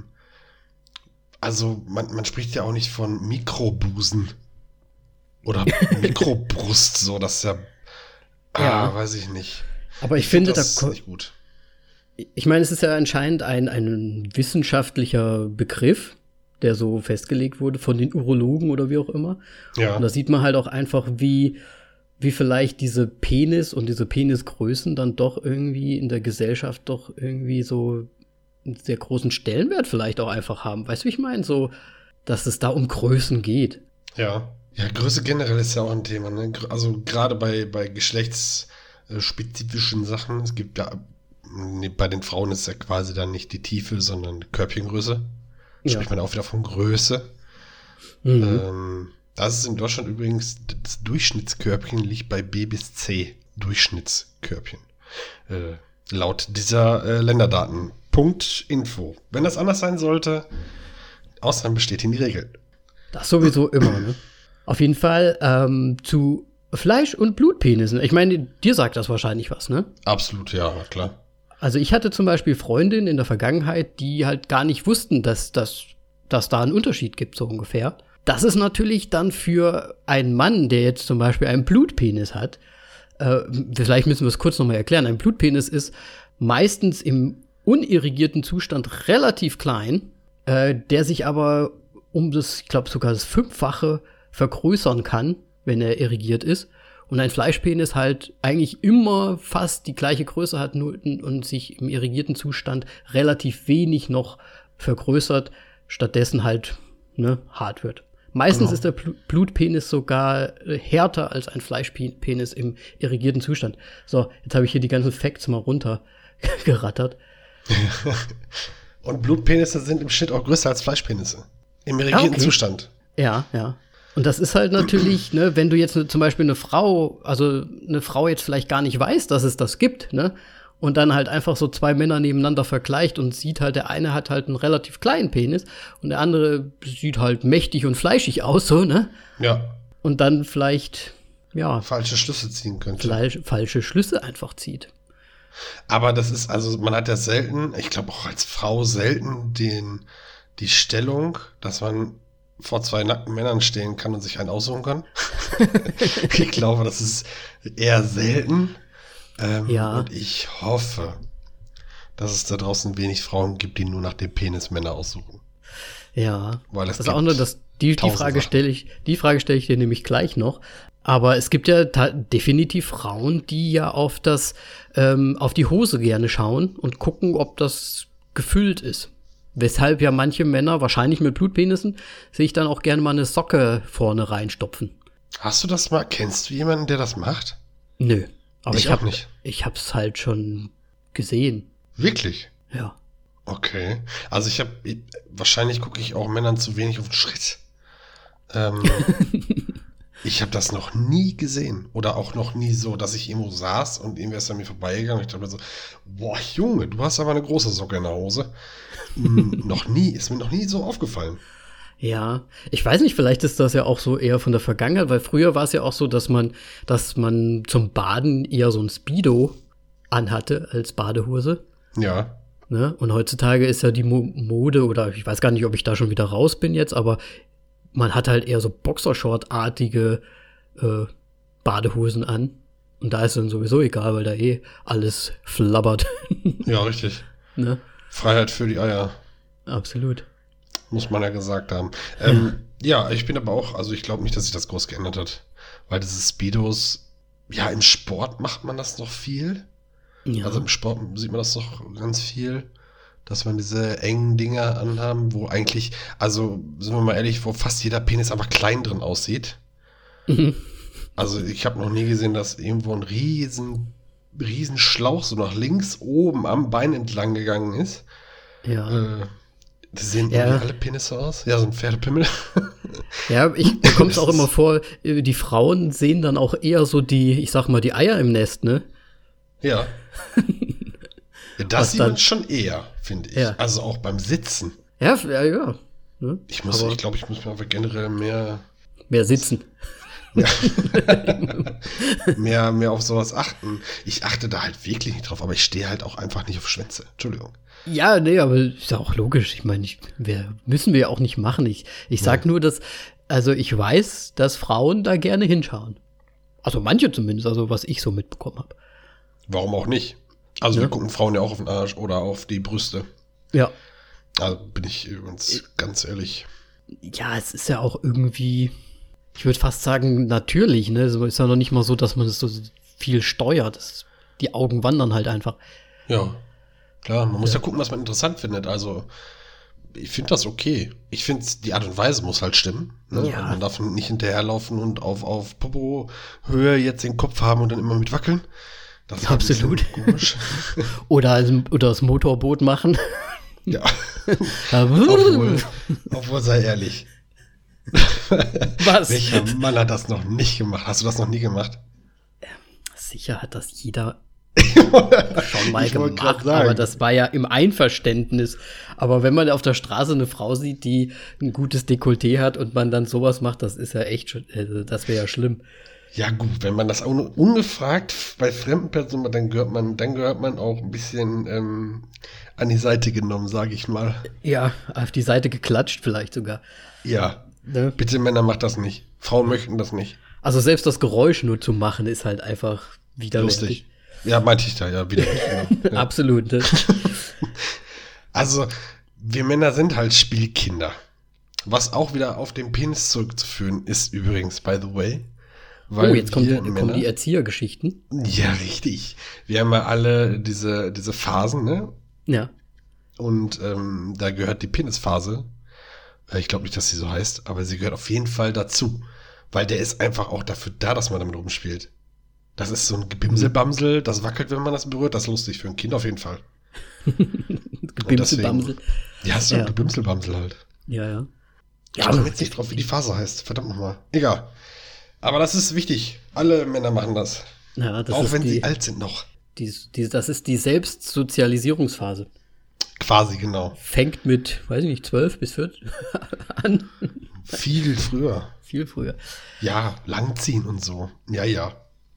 Speaker 1: also man spricht ja auch nicht von Mikrobusen oder Mikrobrust, so, das ist ja, weiß ich nicht.
Speaker 2: Aber ich finde,
Speaker 1: das ist nicht gut.
Speaker 2: Ich meine, es ist ja anscheinend ein wissenschaftlicher Begriff, der so festgelegt wurde von den Urologen oder wie auch immer.
Speaker 1: Ja.
Speaker 2: Und da sieht man halt auch einfach, wie vielleicht diese Penis und diese Penisgrößen dann doch irgendwie in der Gesellschaft doch irgendwie so einen sehr großen Stellenwert vielleicht auch einfach haben. Weißt du, wie ich meine? So, dass es da um Größen geht.
Speaker 1: Ja. Ja, Größe generell ist ja auch ein Thema, ne? Also gerade bei geschlechtsspezifischen Sachen, es gibt ja, bei den Frauen ist ja quasi dann nicht die Tiefe, sondern die Körbchengröße.
Speaker 2: Ja.
Speaker 1: Spricht man auch wieder von Größe. Das ist in Deutschland übrigens, das Durchschnittskörbchen liegt bei B bis C. Durchschnittskörbchen. Laut dieser länderdaten.info Punkt Info. Wenn das anders sein sollte, Ausnahmen bestätigen die Regel.
Speaker 2: Das sowieso immer, ne? Auf jeden Fall zu Fleisch- und Blutpenissen. Ich meine, dir sagt das wahrscheinlich was, ne?
Speaker 1: Absolut, ja, klar.
Speaker 2: Also ich hatte zum Beispiel Freundinnen in der Vergangenheit, die halt gar nicht wussten, dass da einen Unterschied gibt, so ungefähr. Das ist natürlich dann für einen Mann, der jetzt zum Beispiel einen Blutpenis hat, vielleicht müssen wir es kurz nochmal erklären. Ein Blutpenis ist meistens im unirrigierten Zustand relativ klein, der sich aber ich glaube sogar das 5-fache vergrößern kann, wenn er irrigiert ist. Und ein Fleischpenis halt eigentlich immer fast die gleiche Größe hat und sich im irrigierten Zustand relativ wenig noch vergrößert, stattdessen halt hart wird. Meistens ist der Blutpenis sogar härter als ein Fleischpenis im irrigierten Zustand. So, jetzt habe ich hier die ganzen Facts mal runtergerattert.
Speaker 1: Und Blutpenisse sind im Schnitt auch größer als Fleischpenisse. Im irrigierten Zustand.
Speaker 2: Ja. Und das ist halt natürlich, ne, wenn du jetzt zum Beispiel eine Frau jetzt vielleicht gar nicht weiß, dass es das gibt, ne, und dann halt einfach so 2 Männer nebeneinander vergleicht und sieht halt, der eine hat halt einen relativ kleinen Penis und der andere sieht halt mächtig und fleischig aus, so, ne?
Speaker 1: Ja.
Speaker 2: Und dann vielleicht,
Speaker 1: falsche Schlüsse ziehen könnte.
Speaker 2: Falsche Schlüsse einfach zieht.
Speaker 1: Aber das ist, also man hat ja selten, ich glaube auch als Frau selten die Stellung, dass man vor 2 nackten Männern stehen kann und sich einen aussuchen kann. Ich glaube, das ist eher selten. Und ich hoffe, dass es da draußen wenig Frauen gibt, die nur nach dem Penis Männer aussuchen.
Speaker 2: Ja,
Speaker 1: weil
Speaker 2: das ist auch nur, die Frage stelle ich dir nämlich gleich noch. Aber es gibt ja definitiv Frauen, die ja auf die Hose gerne schauen und gucken, ob das gefüllt ist. Weshalb ja manche Männer, wahrscheinlich mit Blutpenissen, sich dann auch gerne mal eine Socke vorne reinstopfen.
Speaker 1: Hast du das mal? Kennst du jemanden, der das macht?
Speaker 2: Nö. Aber
Speaker 1: ich auch nicht.
Speaker 2: Ich hab's halt schon gesehen.
Speaker 1: Wirklich?
Speaker 2: Ja.
Speaker 1: Okay. Also wahrscheinlich gucke ich auch Männern zu wenig auf den Schritt. Ich habe das noch nie gesehen. Oder auch noch nie so, dass ich irgendwo saß und irgendwer ist an mir vorbeigegangen. Ich dachte mir so, boah, Junge, du hast aber eine große Socke in der Hose. Ist mir noch nie so aufgefallen.
Speaker 2: Ja, ich weiß nicht, vielleicht ist das ja auch so eher von der Vergangenheit, weil früher war es ja auch so, dass man zum Baden eher so ein Speedo anhatte als Badehose.
Speaker 1: Ja.
Speaker 2: Ne? Und heutzutage ist ja die Mode, oder ich weiß gar nicht, ob ich da schon wieder raus bin jetzt, aber man hat halt eher so Boxershort-artige Badehosen an. Und da ist dann sowieso egal, weil da alles flabbert.
Speaker 1: Ja, richtig.
Speaker 2: Ne?
Speaker 1: Freiheit für die Eier.
Speaker 2: Absolut.
Speaker 1: Muss man ja gesagt haben. Ja, ich bin aber auch, also ich glaube nicht, dass sich das groß geändert hat. Weil diese Speedos, ja, im Sport macht man das noch viel. Ja. Also im Sport sieht man das noch ganz viel, dass man diese engen Dinger anhaben, wo eigentlich, also sind wir mal ehrlich, wo fast jeder Penis einfach klein drin aussieht. Mhm. Also ich habe noch nie gesehen, dass irgendwo ein riesen Schlauch so nach links oben am Bein entlang gegangen ist.
Speaker 2: Ja.
Speaker 1: Das sehen irgendwie alle Penisse aus. Ja, so ein Pferdepimmel.
Speaker 2: Ja, mir kommt es auch immer vor, die Frauen sehen dann auch eher so die Eier im Nest, ne?
Speaker 1: Ja. Das sieht man schon eher, finde ich. Ja. Also auch beim Sitzen.
Speaker 2: Ja. Ne?
Speaker 1: Ich glaube, ich muss mir einfach generell mehr
Speaker 2: sitzen.
Speaker 1: mehr auf sowas achten. Ich achte da halt wirklich nicht drauf, aber ich stehe halt auch einfach nicht auf Schwänze. Entschuldigung.
Speaker 2: Ja, nee, aber ist ja auch logisch. Ich meine, müssen wir ja auch nicht machen. Ich sag nur, ich weiß, dass Frauen da gerne hinschauen. Also manche zumindest, also was ich so mitbekommen habe.
Speaker 1: Warum auch nicht? Also wir gucken Frauen ja auch auf den Arsch oder auf die Brüste.
Speaker 2: Ja.
Speaker 1: Also bin ich ganz ehrlich.
Speaker 2: Ja, es ist ja auch irgendwie, ich würde fast sagen, natürlich, ne? Es ist ja noch nicht mal so, dass man das so viel steuert. Die Augen wandern halt einfach.
Speaker 1: Ja, klar. Man muss ja gucken, was man interessant findet. Also, ich finde das okay. Ich finde, die Art und Weise muss halt stimmen. Ne? Ja. Man darf nicht hinterherlaufen und auf Popo-Höhe jetzt den Kopf haben und dann immer mit wackeln. Das ist
Speaker 2: absolut komisch. oder das Motorboot machen.
Speaker 1: Ja. obwohl, sei ehrlich.
Speaker 2: Was?
Speaker 1: Welcher Mann hat das noch nicht gemacht? Hast du das noch nie gemacht?
Speaker 2: Sicher hat das jeder schon mal gemacht, aber das war ja im Einverständnis. Aber wenn man auf der Straße eine Frau sieht, die ein gutes Dekolleté hat und man dann sowas macht, das ist ja echt, das wäre ja schlimm.
Speaker 1: Ja gut, wenn man das auch ungefragt bei fremden Personen, dann gehört man auch ein bisschen an die Seite genommen, sage ich mal.
Speaker 2: Ja, auf die Seite geklatscht vielleicht sogar.
Speaker 1: Ja, ne? Bitte Männer, macht das nicht. Frauen möchten das nicht.
Speaker 2: Also selbst das Geräusch nur zu machen, ist halt einfach widerwärtig.
Speaker 1: Lustig. Ja, meinte ich da, ja, widerwärtig. Genau. Ja.
Speaker 2: Absolut. Ne?
Speaker 1: Also, wir Männer sind halt Spielkinder. Was auch wieder auf den Penis zurückzuführen ist übrigens, by the way. Weil
Speaker 2: jetzt kommen die Erziehergeschichten.
Speaker 1: Ja, richtig. Wir haben ja alle diese Phasen, ne?
Speaker 2: Ja.
Speaker 1: Und da gehört die Penisphase. Ich glaube nicht, dass sie so heißt, aber sie gehört auf jeden Fall dazu. Weil der ist einfach auch dafür da, dass man damit rumspielt. Das ist so ein Gebimselbamsel, das wackelt, wenn man das berührt. Das ist lustig für ein Kind auf jeden Fall.
Speaker 2: Gebimselbamsel.
Speaker 1: Ja, so ein Gebimselbamsel halt.
Speaker 2: Ja.
Speaker 1: Ich komme jetzt nicht drauf, wie die Phase heißt. Verdammt nochmal. Egal. Aber das ist wichtig. Alle Männer machen das.
Speaker 2: Ja, das
Speaker 1: auch
Speaker 2: ist
Speaker 1: wenn sie alt sind noch.
Speaker 2: Das ist die Selbstsozialisierungsphase.
Speaker 1: Quasi, genau.
Speaker 2: Fängt mit, weiß ich nicht, 12 bis 14 an.
Speaker 1: Viel früher.
Speaker 2: Viel früher.
Speaker 1: Ja, langziehen und so. Ja.
Speaker 2: Ja.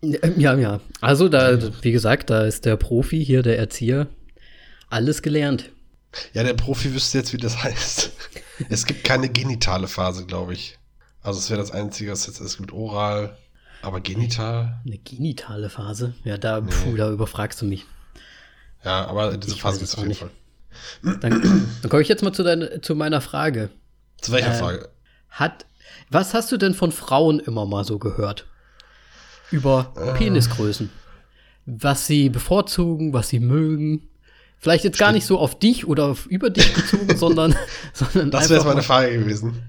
Speaker 2: Also wie gesagt, da ist der Profi hier, der Erzieher, alles gelernt.
Speaker 1: Ja, der Profi wüsste jetzt, wie das heißt. Es gibt keine genitale Phase, glaube ich. Also es wäre das Einzige, was jetzt ist mit oral, aber genital.
Speaker 2: Eine genitale Phase? Ja, da überfragst du mich.
Speaker 1: Ja, aber diese Phase gibt es auf jeden Fall.
Speaker 2: Dann komme ich jetzt mal zu meiner Frage.
Speaker 1: Zu welcher Frage?
Speaker 2: Was hast du denn von Frauen immer mal so gehört? Über Penisgrößen. Was sie bevorzugen, was sie mögen. Vielleicht jetzt gar nicht so auf dich oder über dich bezogen, sondern
Speaker 1: das wäre jetzt meine Frage gewesen.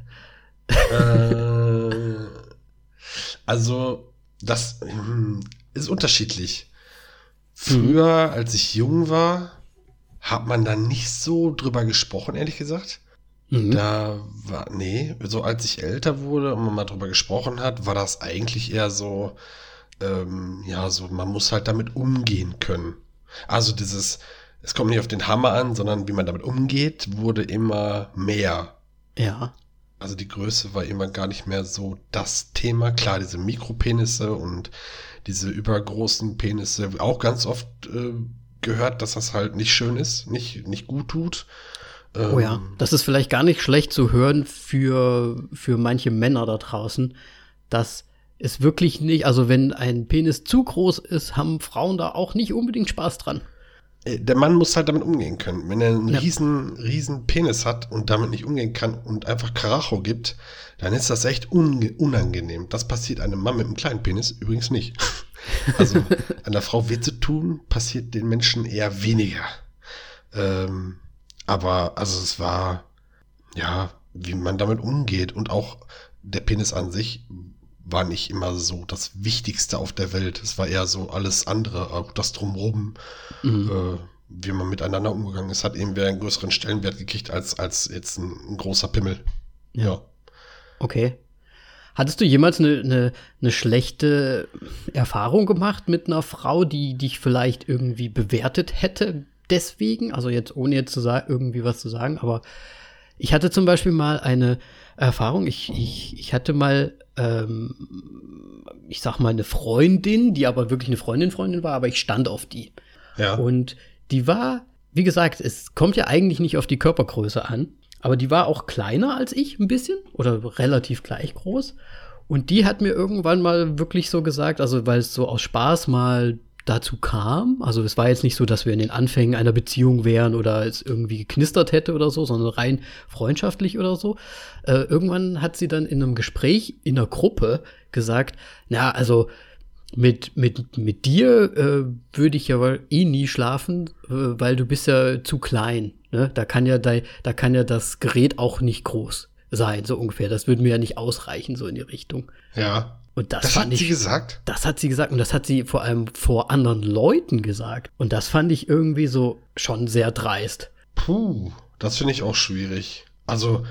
Speaker 1: Also, das ist unterschiedlich. Früher, als ich jung war, hat man da nicht so drüber gesprochen, ehrlich gesagt. So als ich älter wurde und man mal drüber gesprochen hat, war das eigentlich eher so, man muss halt damit umgehen können. Also es kommt nicht auf den Hammer an, sondern wie man damit umgeht, wurde immer mehr.
Speaker 2: Ja.
Speaker 1: Also die Größe war immer gar nicht mehr so das Thema. Klar, diese Mikropenisse und diese übergroßen Penisse, auch ganz oft gehört, dass das halt nicht schön ist, nicht gut tut.
Speaker 2: Oh ja, das ist vielleicht gar nicht schlecht zu hören für manche Männer da draußen, dass es wirklich nicht, also wenn ein Penis zu groß ist, haben Frauen da auch nicht unbedingt Spaß dran.
Speaker 1: Der Mann muss halt damit umgehen können. Wenn er einen riesen Penis hat und damit nicht umgehen kann und einfach Karacho gibt, dann ist das echt unangenehm. Das passiert einem Mann mit einem kleinen Penis übrigens nicht. Also einer Frau weh zu tun, passiert den Menschen eher weniger. Aber also es war, wie man damit umgeht. Und auch der Penis an sich war nicht immer so das Wichtigste auf der Welt. Es war eher so alles andere, auch das Drumherum, wie man miteinander umgegangen ist, hat eben einen größeren Stellenwert gekriegt als jetzt ein großer Pimmel. Ja.
Speaker 2: Okay. Hattest du jemals eine schlechte Erfahrung gemacht mit einer Frau, die dich vielleicht irgendwie bewertet hätte deswegen? Also jetzt, ohne jetzt irgendwie was zu sagen, aber ich hatte zum Beispiel mal eine Erfahrung, ich hatte mal, ich sag mal, eine Freundin, die aber wirklich eine Freundin war, aber ich stand auf die.
Speaker 1: Ja.
Speaker 2: Und die war, wie gesagt, es kommt ja eigentlich nicht auf die Körpergröße an, aber die war auch kleiner als ich ein bisschen oder relativ gleich groß. Und die hat mir irgendwann mal wirklich so gesagt, also weil es so aus Spaß mal dazu kam, also es war jetzt nicht so, dass wir in den Anfängen einer Beziehung wären oder es irgendwie geknistert hätte oder so, sondern rein freundschaftlich oder so. Irgendwann hat sie dann in einem Gespräch in einer Gruppe gesagt, also mit dir würde ich ja eh nie schlafen, weil du bist ja zu klein. Ne? Da kann ja das Gerät auch nicht groß sein, so ungefähr. Das würde mir ja nicht ausreichen, so in die Richtung.
Speaker 1: Ja.
Speaker 2: Und
Speaker 1: das hat sie gesagt?
Speaker 2: Das hat sie gesagt und das hat sie vor allem vor anderen Leuten gesagt. Und das fand ich irgendwie so schon sehr dreist.
Speaker 1: Puh, das finde ich auch schwierig. Also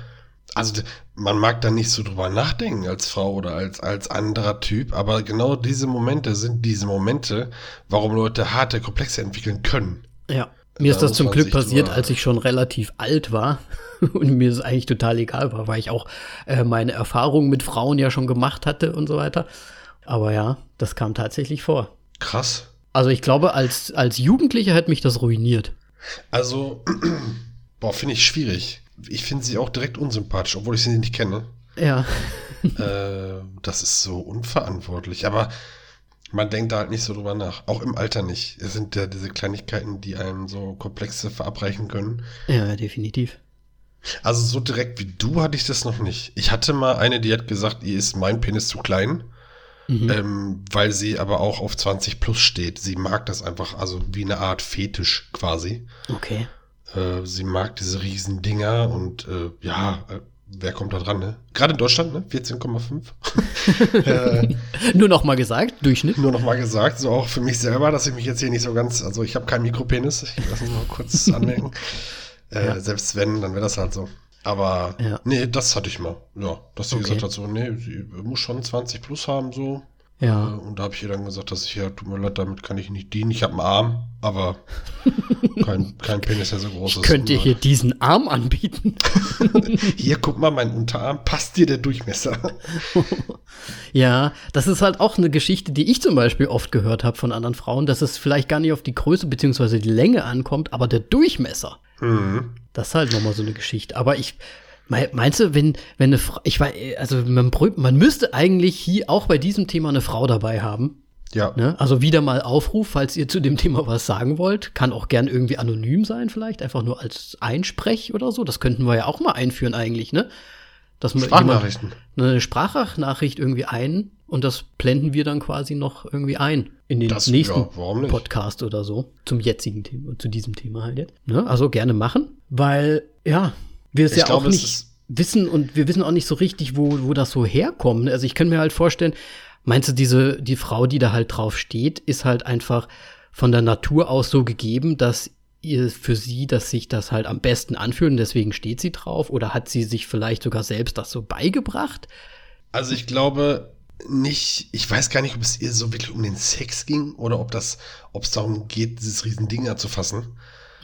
Speaker 1: Also man mag da nicht so drüber nachdenken als Frau oder als anderer Typ, aber genau diese Momente sind diese Momente, warum Leute harte Komplexe entwickeln können.
Speaker 2: Ja, mir ist das zum Glück passiert, als ich schon relativ alt war und mir es eigentlich total egal war, weil ich auch meine Erfahrungen mit Frauen ja schon gemacht hatte und so weiter. Aber ja, das kam tatsächlich vor.
Speaker 1: Krass.
Speaker 2: Also ich glaube, als Jugendlicher hätte mich das ruiniert.
Speaker 1: Also, finde ich schwierig. Ich finde sie auch direkt unsympathisch, obwohl ich sie nicht kenne.
Speaker 2: Ja.
Speaker 1: Das ist so unverantwortlich. Aber man denkt da halt nicht so drüber nach. Auch im Alter nicht. Es sind ja diese Kleinigkeiten, die einem so Komplexe verabreichen können.
Speaker 2: Ja, definitiv.
Speaker 1: Also so direkt wie du hatte ich das noch nicht. Ich hatte mal eine, die hat gesagt, ihr ist mein Penis zu klein. Weil sie aber auch auf 20 plus steht. Sie mag das einfach, also wie eine Art Fetisch quasi.
Speaker 2: Okay.
Speaker 1: Sie mag diese riesen Dinger und wer kommt da dran, ne? Gerade in Deutschland, ne? 14,5.
Speaker 2: Nur noch mal gesagt, Durchschnitt.
Speaker 1: Nur noch mal gesagt, so auch für mich selber, dass ich mich jetzt hier nicht so ganz, also ich habe keinen Mikropenis, ich lasse es mal kurz anmerken. Selbst wenn, dann wäre das halt so. Aber nee, das hatte ich mal. Ja, dass sie gesagt hat, so, nee, sie muss schon 20 plus haben, so.
Speaker 2: Ja.
Speaker 1: Und da habe ich ihr dann gesagt, dass tut mir leid, damit kann ich nicht dienen. Ich habe einen Arm, aber kein Penis, der so groß ist.
Speaker 2: Könnt ihr hier diesen Arm anbieten?
Speaker 1: Hier, guck mal, mein Unterarm, passt dir der Durchmesser?
Speaker 2: Ja, das ist halt auch eine Geschichte, die ich zum Beispiel oft gehört habe von anderen Frauen, dass es vielleicht gar nicht auf die Größe bzw. die Länge ankommt, aber der Durchmesser. Mhm. Das ist halt nochmal so eine Geschichte. Aber meinst du, wenn eine Frau, also man müsste eigentlich hier auch bei diesem Thema eine Frau dabei haben.
Speaker 1: Ja.
Speaker 2: Ne? Also wieder mal Aufruf, falls ihr zu dem Thema was sagen wollt. Kann auch gern irgendwie anonym sein vielleicht, einfach nur als Einsprech oder so. Das könnten wir ja auch mal einführen eigentlich, ne? Dass man
Speaker 1: Sprachnachrichten.
Speaker 2: Eine Sprachnachricht irgendwie und das blenden wir dann quasi noch irgendwie ein in den nächsten Podcast oder so zum jetzigen Thema, zu diesem Thema halt jetzt. Ne? Also gerne machen, weil wir es ja auch nicht wissen und wir wissen auch nicht so richtig, wo das so herkommt. Also ich kann mir halt vorstellen, meinst du, die Frau, die da halt drauf steht, ist halt einfach von der Natur aus so gegeben, dass für sie, dass sich das halt am besten anfühlt und deswegen steht sie drauf? Oder hat sie sich vielleicht sogar selbst das so beigebracht?
Speaker 1: Also ich glaube nicht, ich weiß gar nicht, ob es ihr so wirklich um den Sex ging oder ob es darum geht, dieses Riesending anzufassen.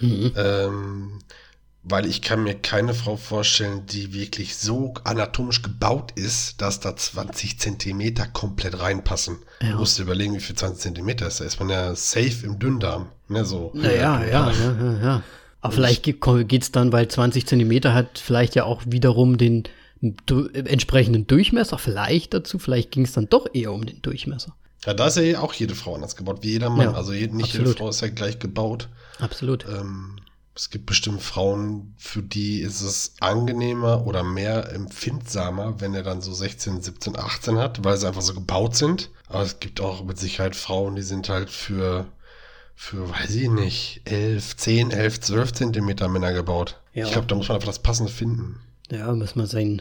Speaker 1: Weil ich kann mir keine Frau vorstellen, die wirklich so anatomisch gebaut ist, dass da 20 Zentimeter komplett reinpassen. Ja. Du musst dir überlegen, wie viel 20 Zentimeter ist. Da ist man ja safe im Dünndarm. Ne, so.
Speaker 2: Ja. Aber vielleicht geht's dann, weil 20 Zentimeter hat vielleicht ja auch wiederum den entsprechenden Durchmesser. Vielleicht ging es dann doch eher um den Durchmesser.
Speaker 1: Ja, da ist ja auch jede Frau anders gebaut, wie jeder Mann. Ja, also nicht jede Frau ist ja gleich gebaut.
Speaker 2: Absolut.
Speaker 1: Es gibt bestimmt Frauen, für die ist es angenehmer oder mehr empfindsamer, wenn er dann so 16, 17, 18 hat, weil sie einfach so gebaut sind. Aber es gibt auch mit Sicherheit Frauen, die sind halt für weiß ich nicht, 10, 11, 12 Zentimeter Männer gebaut. Ja. Ich glaube, da muss man einfach das Passende finden.
Speaker 2: Ja, muss man sein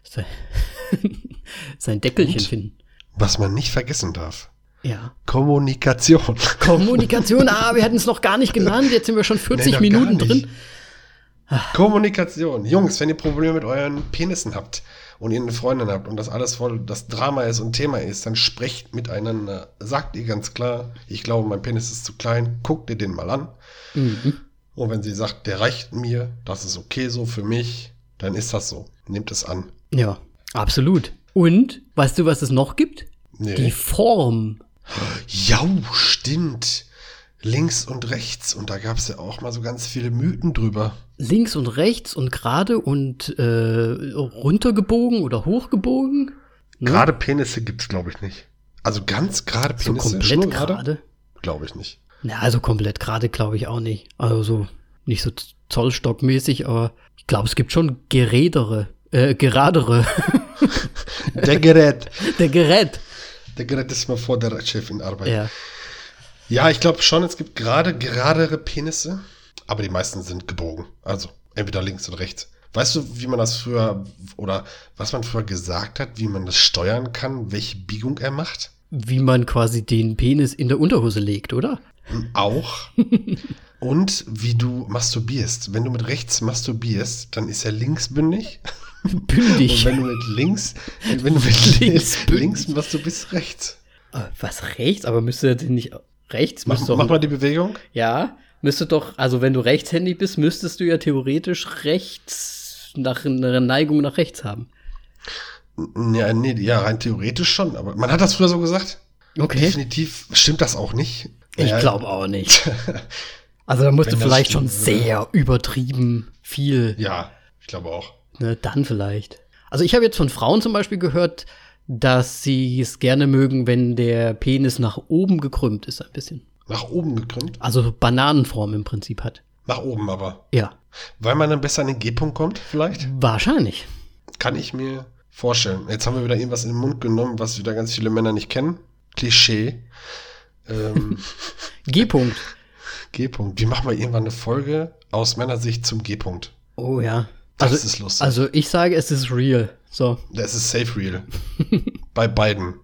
Speaker 2: Deckelchen finden.
Speaker 1: Was man nicht vergessen darf.
Speaker 2: Ja.
Speaker 1: Kommunikation,
Speaker 2: wir hatten es noch gar nicht genannt, jetzt sind wir schon 40 Minuten drin.
Speaker 1: Kommunikation. Jungs, wenn ihr Probleme mit euren Penissen habt und ihr eine Freundin habt und das alles voll das Drama ist und Thema ist, dann sprecht miteinander. Sagt ihr ganz klar, ich glaube, mein Penis ist zu klein, guckt ihr den mal an. Mhm. Und wenn sie sagt, der reicht mir, das ist okay so für mich, dann ist das so. Nehmt es an.
Speaker 2: Ja, absolut. Und, weißt du, was es noch gibt?
Speaker 1: Nee.
Speaker 2: Die Form.
Speaker 1: Ja, stimmt. Links und rechts. Und da gab es ja auch mal so ganz viele Mythen drüber.
Speaker 2: Links und rechts und gerade und runtergebogen oder hochgebogen.
Speaker 1: Ne? Gerade Penisse gibt's, glaube ich, nicht. Also ganz gerade Penisse.
Speaker 2: So komplett gerade?
Speaker 1: Glaube ich nicht.
Speaker 2: Na, also komplett gerade glaube ich auch nicht. Also so nicht so zollstockmäßig, aber ich glaube, es gibt schon geradere.
Speaker 1: Der Gerät ist mal vor der Chefin Arbeit.
Speaker 2: Ja.
Speaker 1: Ja, ich glaube schon, es gibt geradere Penisse, aber die meisten sind gebogen. Also entweder links oder rechts. Weißt du, wie man das früher oder was man früher gesagt hat, wie man das steuern kann, welche Biegung er macht?
Speaker 2: Wie man quasi den Penis in der Unterhose legt, oder?
Speaker 1: Auch. Und wie du masturbierst. Wenn du mit rechts masturbierst, dann ist er linksbündig.
Speaker 2: Bündig.
Speaker 1: Und wenn du mit links machst, du bist rechts.
Speaker 2: Was, rechts? Aber müsste denn nicht rechts?
Speaker 1: Mach mal die Bewegung.
Speaker 2: Ja, müsste doch, also wenn du rechtshändig bist, müsstest du ja theoretisch rechts, nach einer Neigung nach rechts haben.
Speaker 1: Ja, nee, ja, rein theoretisch schon, aber man hat das früher so gesagt.
Speaker 2: Okay.
Speaker 1: Definitiv stimmt das auch nicht.
Speaker 2: Ich glaube auch nicht. Also da musst du vielleicht schon sehr übertrieben viel.
Speaker 1: Ja, ich glaube auch.
Speaker 2: Ne, dann vielleicht. Also ich habe jetzt von Frauen zum Beispiel gehört, dass sie es gerne mögen, wenn der Penis nach oben gekrümmt ist ein bisschen.
Speaker 1: Nach oben gekrümmt?
Speaker 2: Also Bananenform im Prinzip hat.
Speaker 1: Nach oben aber?
Speaker 2: Ja.
Speaker 1: Weil man dann besser an den G-Punkt kommt, vielleicht?
Speaker 2: Wahrscheinlich.
Speaker 1: Kann ich mir vorstellen. Jetzt haben wir wieder irgendwas in den Mund genommen, was wieder ganz viele Männer nicht kennen. Klischee.
Speaker 2: G-Punkt.
Speaker 1: G-Punkt. Wir machen mal irgendwann eine Folge aus Männersicht zum G-Punkt.
Speaker 2: Oh ja.
Speaker 1: Das ist lustig.
Speaker 2: Also ich sage, es ist real. So.
Speaker 1: Das ist safe real. Bei beiden.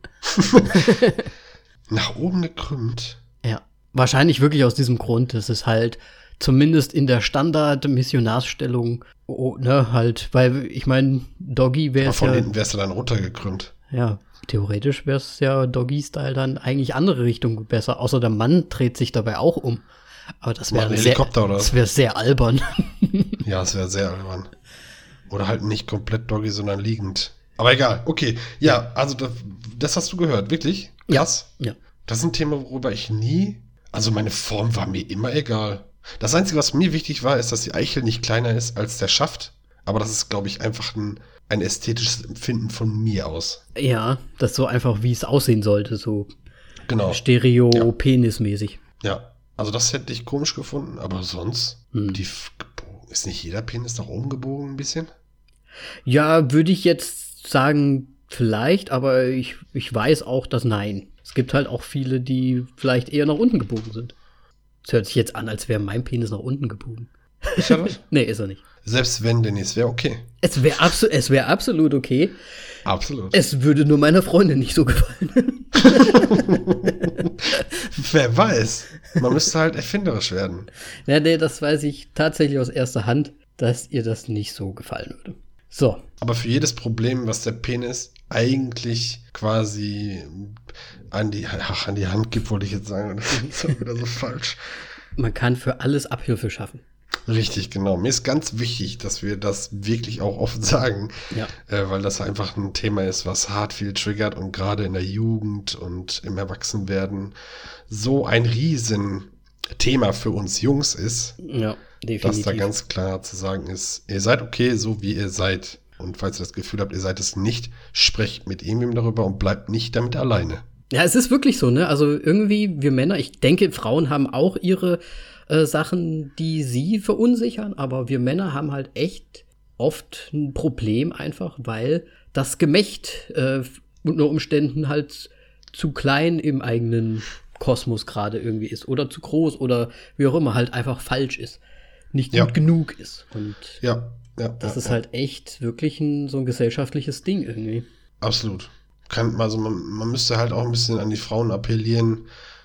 Speaker 1: Nach oben gekrümmt.
Speaker 2: Ja. Wahrscheinlich wirklich aus diesem Grund. Das ist halt zumindest in der Standard-Missionarsstellung, halt, weil ich meine, Doggy wäre es ja.
Speaker 1: Von hinten wärst du dann runtergekrümmt.
Speaker 2: Ja, theoretisch wäre es ja Doggy-Style dann eigentlich andere Richtung besser. Außer der Mann dreht sich dabei auch um. Aber das wäre sehr albern.
Speaker 1: Ja, es wäre sehr albern. Oder halt nicht komplett Doggy, sondern liegend. Aber egal, okay. Ja, also das hast du gehört, wirklich? Krass.
Speaker 2: Ja.
Speaker 1: Das ist ein Thema, worüber ich also meine Form war mir immer egal. Das Einzige, was mir wichtig war, ist, dass die Eichel nicht kleiner ist als der Schaft. Aber das ist, glaube ich, einfach ein ästhetisches Empfinden von mir aus.
Speaker 2: Ja, das ist so einfach, wie es aussehen sollte, so
Speaker 1: genau.
Speaker 2: Stereo-Penis-mäßig.
Speaker 1: Ja, also das hätte ich komisch gefunden, aber sonst, ist nicht jeder Penis nach oben gebogen ein bisschen?
Speaker 2: Ja, würde ich jetzt sagen, vielleicht, aber ich weiß auch, dass nein. Es gibt halt auch viele, die vielleicht eher nach unten gebogen sind. Es hört sich jetzt an, als wäre mein Penis nach unten gebogen.
Speaker 1: Ist er das?
Speaker 2: Nee, ist er nicht.
Speaker 1: Selbst wenn, Dennis, wäre okay.
Speaker 2: Es wäre absolut okay.
Speaker 1: Absolut.
Speaker 2: Es würde nur meiner Freundin nicht so gefallen.
Speaker 1: Wer weiß. Man müsste halt erfinderisch werden.
Speaker 2: Ja, nee, das weiß ich tatsächlich aus erster Hand, dass ihr das nicht so gefallen würde. So.
Speaker 1: Aber für jedes Problem, was der Penis eigentlich quasi an die Hand gibt, wollte ich jetzt sagen. Das ist dann wieder so falsch.
Speaker 2: Man kann für alles Abhilfe schaffen.
Speaker 1: Richtig, genau. Mir ist ganz wichtig, dass wir das wirklich auch oft sagen,
Speaker 2: ja.
Speaker 1: Weil das einfach ein Thema ist, was hart viel triggert und gerade in der Jugend und im Erwachsenwerden so ein Riesenthema für uns Jungs ist,
Speaker 2: ja, definitiv.
Speaker 1: Dass da ganz klar zu sagen ist, ihr seid okay, so wie ihr seid. Und falls ihr das Gefühl habt, ihr seid es nicht, sprecht mit irgendwem darüber und bleibt nicht damit alleine.
Speaker 2: Ja, es ist wirklich so, ne? Also irgendwie, wir Männer, ich denke, Frauen haben auch ihre Sachen, die sie verunsichern, aber wir Männer haben halt echt oft ein Problem einfach, weil das Gemächt unter Umständen halt zu klein im eigenen Kosmos gerade irgendwie ist oder zu groß oder wie auch immer halt einfach falsch ist, nicht gut genug ist. Und das ist halt echt wirklich so ein gesellschaftliches Ding irgendwie.
Speaker 1: Absolut. Man müsste halt auch ein bisschen an die Frauen appellieren.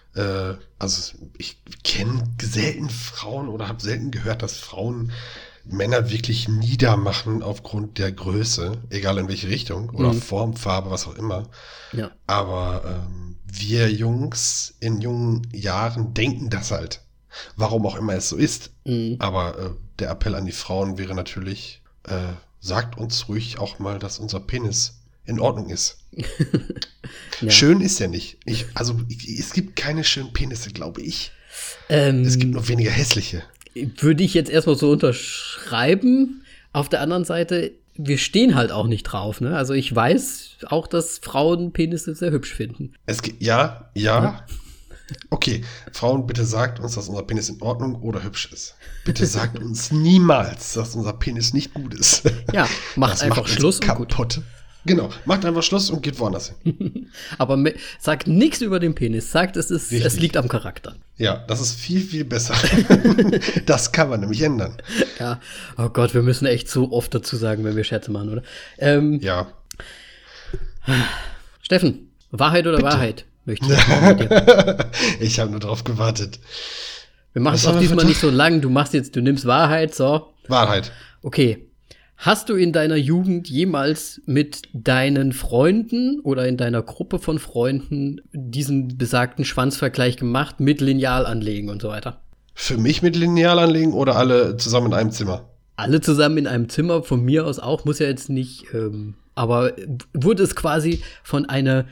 Speaker 1: Also ich kenne selten Frauen oder habe selten gehört, dass Frauen Männer wirklich niedermachen aufgrund der Größe, egal in welche Richtung oder Form, Farbe, was auch immer.
Speaker 2: Ja.
Speaker 1: Aber wir Jungs in jungen Jahren denken das halt. Warum auch immer es so ist. Aber der Appell an die Frauen wäre natürlich, sagt uns ruhig auch mal, dass unser Penis in Ordnung ist. Ja. Schön ist er nicht. Es gibt keine schönen Penisse, glaube ich. Es gibt nur weniger hässliche.
Speaker 2: Würde ich jetzt erstmal so unterschreiben. Auf der anderen Seite, wir stehen halt auch nicht drauf. Ne? Also ich weiß auch, dass Frauen Penisse sehr hübsch finden.
Speaker 1: Ja. Okay, Frauen, bitte sagt uns, dass unser Penis in Ordnung oder hübsch ist. Bitte sagt uns niemals, dass unser Penis nicht gut ist.
Speaker 2: Ja, macht einfach Schluss und
Speaker 1: gut. Genau, macht einfach Schluss und geht woanders hin.
Speaker 2: Aber sagt nichts über den Penis. Sagt, es liegt am Charakter.
Speaker 1: Ja, das ist viel, viel besser. Das kann man nämlich ändern.
Speaker 2: Ja, oh Gott, wir müssen echt so oft dazu sagen, wenn wir Scherze machen, oder?
Speaker 1: Ja.
Speaker 2: Steffen, Wahrheit oder Bitte? Wahrheit? Möchte ich mit dir.
Speaker 1: Ich habe nur drauf gewartet.
Speaker 2: Wir machen es auch diesmal nicht so lang. Du nimmst Wahrheit, so.
Speaker 1: Wahrheit.
Speaker 2: Okay. Hast du in deiner Jugend jemals mit deinen Freunden oder in deiner Gruppe von Freunden diesen besagten Schwanzvergleich gemacht mit Lineal anlegen und so weiter?
Speaker 1: Für mich mit Lineal anlegen oder alle zusammen in einem Zimmer?
Speaker 2: Alle zusammen in einem Zimmer, von mir aus auch, muss ja jetzt nicht, aber wurde es quasi von einer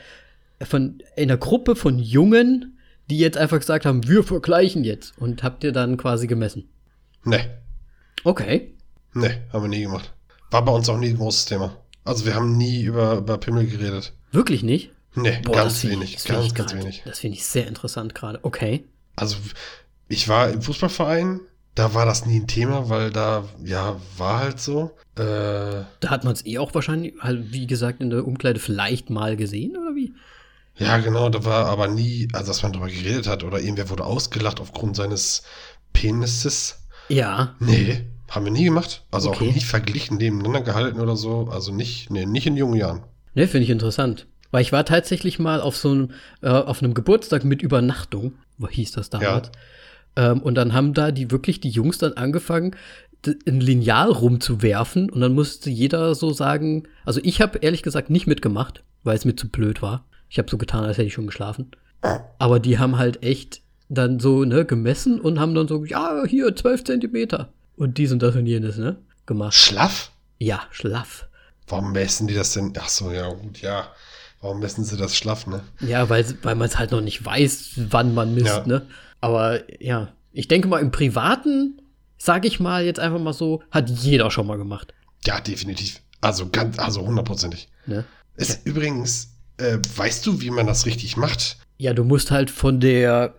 Speaker 2: Gruppe von Jungen, die jetzt einfach gesagt haben, wir vergleichen jetzt, und habt ihr dann quasi gemessen?
Speaker 1: Nee.
Speaker 2: Okay.
Speaker 1: Nee, haben wir nie gemacht. War bei uns auch nie ein großes Thema. Also wir haben nie über Pimmel geredet.
Speaker 2: Wirklich nicht?
Speaker 1: Nee,
Speaker 2: Boah,
Speaker 1: ganz wenig. Ganz wenig.
Speaker 2: Das finde ich sehr interessant gerade. Okay.
Speaker 1: Also ich war im Fußballverein, da war das nie ein Thema, weil da, ja, war halt so.
Speaker 2: Da hat man es auch wahrscheinlich, halt, wie gesagt, in der Umkleide vielleicht mal gesehen, oder wie?
Speaker 1: Ja, genau, da war aber nie, also dass man darüber geredet hat oder irgendwer wurde ausgelacht aufgrund seines Penises.
Speaker 2: Ja.
Speaker 1: Nee, haben wir nie gemacht. Also
Speaker 2: Okay.
Speaker 1: auch nie verglichen, nebeneinander gehalten oder so. Also nicht in jungen Jahren.
Speaker 2: Ne, finde ich interessant. Weil ich war tatsächlich mal auf auf einem Geburtstag mit Übernachtung, hieß das damals. Und dann haben da die Jungs dann angefangen, ein Lineal rumzuwerfen. Und dann musste jeder so sagen, also ich habe ehrlich gesagt nicht mitgemacht, weil es mir zu blöd war. Ich habe so getan, als hätte ich schon geschlafen. Aber die haben halt echt dann so, ne, gemessen und haben dann so, ja, hier, 12 Zentimeter. Und dies und das und jenes, ne, gemacht.
Speaker 1: Schlaff?
Speaker 2: Ja, schlaff.
Speaker 1: Warum messen die das denn? Ach so, ja, gut, ja. Warum messen sie das schlaff, ne?
Speaker 2: Ja, weil man es halt noch nicht weiß, wann man misst,
Speaker 1: Ja.
Speaker 2: ne? Aber ja, ich denke mal, im Privaten, sage ich mal jetzt einfach mal so, hat jeder schon mal gemacht.
Speaker 1: Ja, definitiv. Also hundertprozentig.
Speaker 2: Ne?
Speaker 1: Ist übrigens, weißt du, wie man das richtig macht?
Speaker 2: Ja, du musst halt von der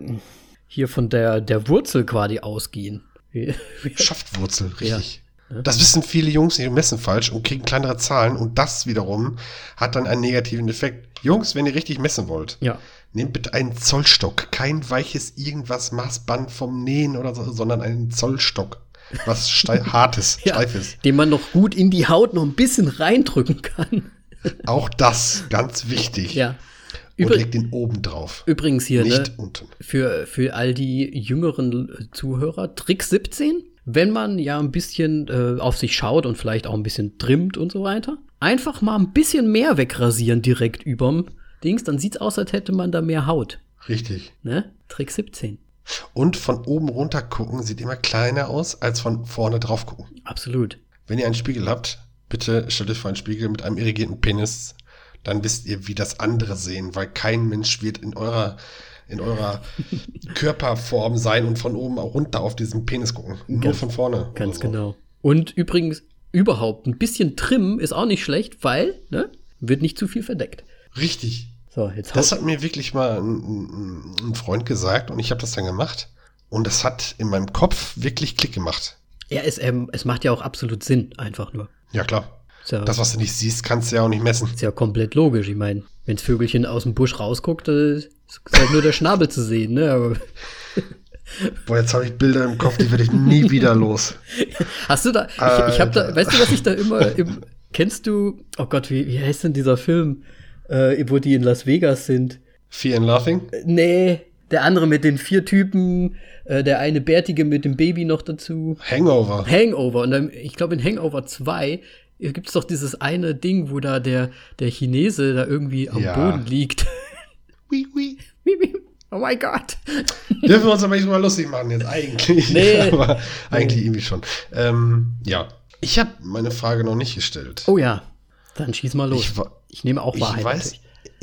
Speaker 2: Wurzel quasi ausgehen.
Speaker 1: Schaftwurzel, richtig. Ja. Das wissen viele Jungs, die messen falsch und kriegen kleinere Zahlen und das wiederum hat dann einen negativen Effekt. Jungs, wenn ihr richtig messen wollt,
Speaker 2: Ja.
Speaker 1: nehmt bitte einen Zollstock. Kein weiches irgendwas Maßband vom Nähen oder so, sondern einen Zollstock. Was hartes,
Speaker 2: Ja,
Speaker 1: steifes.
Speaker 2: den man noch gut in die Haut noch ein bisschen reindrücken kann.
Speaker 1: Auch das, ganz wichtig.
Speaker 2: Ja.
Speaker 1: Und legt den oben drauf.
Speaker 2: Übrigens hier,
Speaker 1: Nicht
Speaker 2: ne,
Speaker 1: unten.
Speaker 2: für all die jüngeren Zuhörer, Trick 17, wenn man ja ein bisschen auf sich schaut und vielleicht auch ein bisschen trimmt und so weiter, einfach mal ein bisschen mehr wegrasieren direkt überm Dings, dann sieht's aus, als hätte man da mehr Haut.
Speaker 1: Richtig.
Speaker 2: Ne? Trick 17.
Speaker 1: Und von oben runter gucken sieht immer kleiner aus, als von vorne drauf gucken.
Speaker 2: Absolut.
Speaker 1: Wenn ihr einen Spiegel habt, bitte stellt euch vor einen Spiegel mit einem irrigierten Penis, dann wisst ihr, wie das andere sehen, weil kein Mensch wird in eurer Körperform sein und von oben runter auf diesen Penis gucken. Nur von vorne.
Speaker 2: Ganz
Speaker 1: so.
Speaker 2: genau. Und übrigens, überhaupt ein bisschen trimmen ist auch nicht schlecht, weil, ne, wird nicht zu viel verdeckt.
Speaker 1: Richtig.
Speaker 2: So, jetzt
Speaker 1: Das hat mir wirklich mal ein Freund gesagt und ich habe das dann gemacht. Und das hat in meinem Kopf wirklich Klick gemacht.
Speaker 2: Ja, es macht ja auch absolut Sinn, einfach nur.
Speaker 1: Ja, klar.
Speaker 2: Ist ja,
Speaker 1: Das, was du nicht siehst, kannst du ja auch nicht messen.
Speaker 2: ist ja komplett logisch. Ich meine, wenn das Vögelchen aus dem Busch rausguckt, ist halt nur der Schnabel zu sehen, ne? Aber
Speaker 1: Boah, jetzt habe ich Bilder im Kopf, die werde ich nie wieder los.
Speaker 2: hast du da, ich habe da, weißt du, was ich da immer, kennst du, oh Gott, wie heißt denn dieser Film, wo die in Las Vegas sind?
Speaker 1: Fear and Laughing?
Speaker 2: Nee, der andere mit den 4 Typen, der eine Bärtige mit dem Baby noch dazu.
Speaker 1: Hangover.
Speaker 2: Hangover. Und dann, ich glaube, in Hangover 2 gibt es doch dieses eine Ding, wo da der Chinese da irgendwie am Boden liegt.
Speaker 1: Oui, oui.
Speaker 2: Oh mein Gott.
Speaker 1: Dürfen wir uns aber nicht mal lustig machen jetzt eigentlich.
Speaker 2: Nee.
Speaker 1: Aber eigentlich irgendwie schon. Ja. Ich habe meine Frage noch nicht gestellt.
Speaker 2: Oh ja, dann schieß mal los. Ich nehme auch
Speaker 1: Ich
Speaker 2: Wahrheit.
Speaker 1: weiß.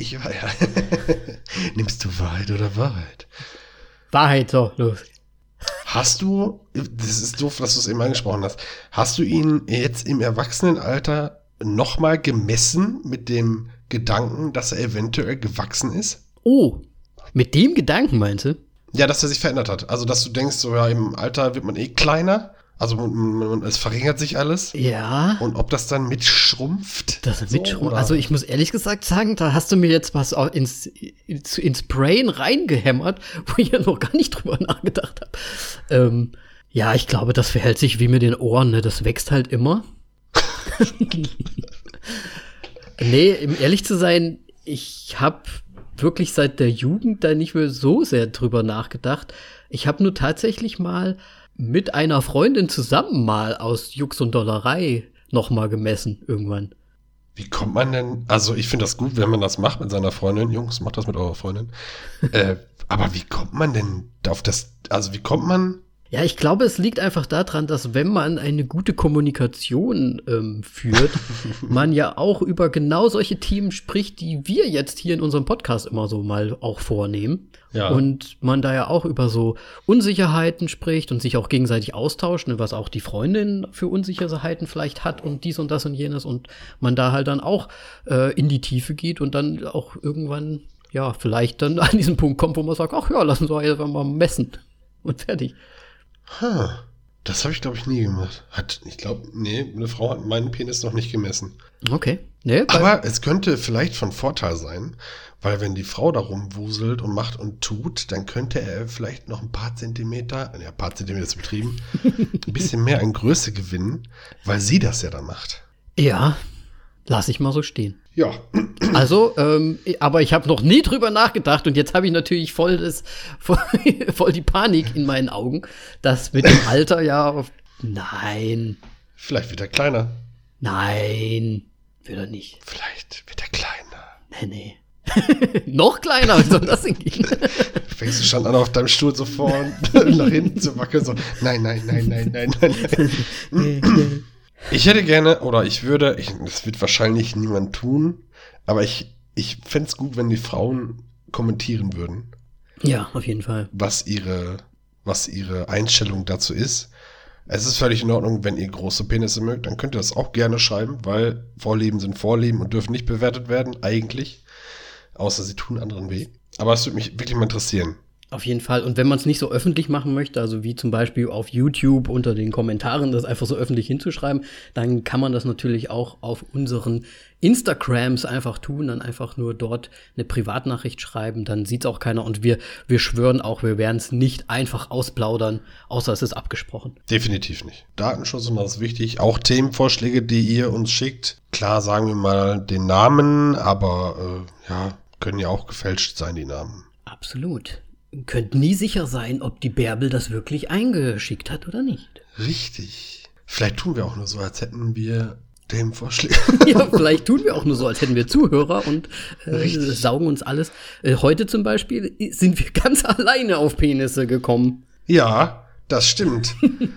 Speaker 1: Nimmst du Wahrheit oder Wahrheit?
Speaker 2: Wahrheit, so, los.
Speaker 1: Hast du, das ist doof, dass du es eben angesprochen hast, hast du ihn jetzt im Erwachsenenalter nochmal gemessen mit dem Gedanken, dass er eventuell gewachsen ist?
Speaker 2: Oh, mit dem Gedanken meinst du?
Speaker 1: Ja, dass er sich verändert hat. Also, dass du denkst, so ja, im Alter wird man eh kleiner. Also, es verringert sich alles.
Speaker 2: Ja.
Speaker 1: Und ob das dann mitschrumpft?
Speaker 2: Also, ich muss ehrlich gesagt sagen, da hast du mir jetzt was auch ins Brain reingehämmert, wo ich ja noch gar nicht drüber nachgedacht habe. Ja, ich glaube, das verhält sich wie mit den Ohren, ne? Das wächst halt immer. Nee, um ehrlich zu sein, ich habe wirklich seit der Jugend da nicht mehr so sehr drüber nachgedacht. Ich habe nur tatsächlich mal mit einer Freundin zusammen mal aus Jux und Dollerei nochmal gemessen irgendwann.
Speaker 1: Wie kommt man denn, also ich finde das gut, wenn man das macht mit seiner Freundin. Jungs, macht das mit eurer Freundin. Aber wie kommt man denn auf das, also wie kommt man?
Speaker 2: Ja, ich glaube, es liegt einfach daran, dass wenn man eine gute Kommunikation führt, man ja auch über genau solche Themen spricht, die wir jetzt hier in unserem Podcast immer so mal auch vornehmen. Ja. Und man da ja auch über so Unsicherheiten spricht und sich auch gegenseitig austauscht, ne, was auch die Freundin für Unsicherheiten vielleicht hat und dies und das und jenes. Und man da halt dann auch in die Tiefe geht und dann auch irgendwann, ja, vielleicht dann an diesen Punkt kommt, wo man sagt, ach ja, lassen wir einfach mal messen. Und fertig.
Speaker 1: Das habe ich, glaube ich, nie gemacht. Eine Frau hat meinen Penis noch nicht gemessen.
Speaker 2: Okay. Nee,
Speaker 1: aber es könnte vielleicht von Vorteil sein, weil wenn die Frau da rumwuselt und macht und tut, dann könnte er vielleicht noch ein paar Zentimeter ist übertrieben, ein bisschen mehr an Größe gewinnen, weil sie das ja dann macht.
Speaker 2: Ja, lass ich mal so stehen.
Speaker 1: Ja.
Speaker 2: Also, aber ich habe noch nie drüber nachgedacht und jetzt habe ich natürlich voll die Panik in meinen Augen, dass mit dem Alter ja, nein.
Speaker 1: Vielleicht wird er kleiner.
Speaker 2: Nein, wird er nicht.
Speaker 1: Vielleicht wird er kleiner.
Speaker 2: Nee. Noch kleiner, wie soll das denn gehen?
Speaker 1: Fängst du schon an, auf deinem Stuhl so vorn nach hinten zu wackeln, so, nein. Ich hätte gerne, das wird wahrscheinlich niemand tun, aber ich fände es gut, wenn die Frauen kommentieren würden.
Speaker 2: Ja, auf jeden Fall.
Speaker 1: Was ihre Einstellung dazu ist. Es ist völlig in Ordnung, wenn ihr große Penisse mögt, dann könnt ihr das auch gerne schreiben, weil Vorlieben sind Vorlieben und dürfen nicht bewertet werden, eigentlich. Außer sie tun anderen weh. Aber es würde mich wirklich mal interessieren.
Speaker 2: Auf jeden Fall. Und wenn man es nicht so öffentlich machen möchte, also wie zum Beispiel auf YouTube unter den Kommentaren, das einfach so öffentlich hinzuschreiben, dann kann man das natürlich auch auf unseren Instagrams einfach tun, dann einfach nur dort eine Privatnachricht schreiben, dann sieht's auch keiner und wir schwören auch, wir werden es nicht einfach ausplaudern, außer es ist abgesprochen.
Speaker 1: Definitiv nicht. Datenschutz ist das wichtig. Auch Themenvorschläge, die ihr uns schickt. Klar, sagen wir mal den Namen, aber können ja auch gefälscht sein, die Namen.
Speaker 2: Absolut. Könnt nie sicher sein, ob die Bärbel das wirklich eingeschickt hat oder nicht.
Speaker 1: Richtig. Vielleicht tun wir auch nur so, als hätten wir Themenvorschläge.
Speaker 2: Ja, vielleicht tun wir auch nur so, als hätten wir Zuhörer und saugen uns alles. Heute zum Beispiel sind wir ganz alleine auf Penisse gekommen.
Speaker 1: Ja, das stimmt.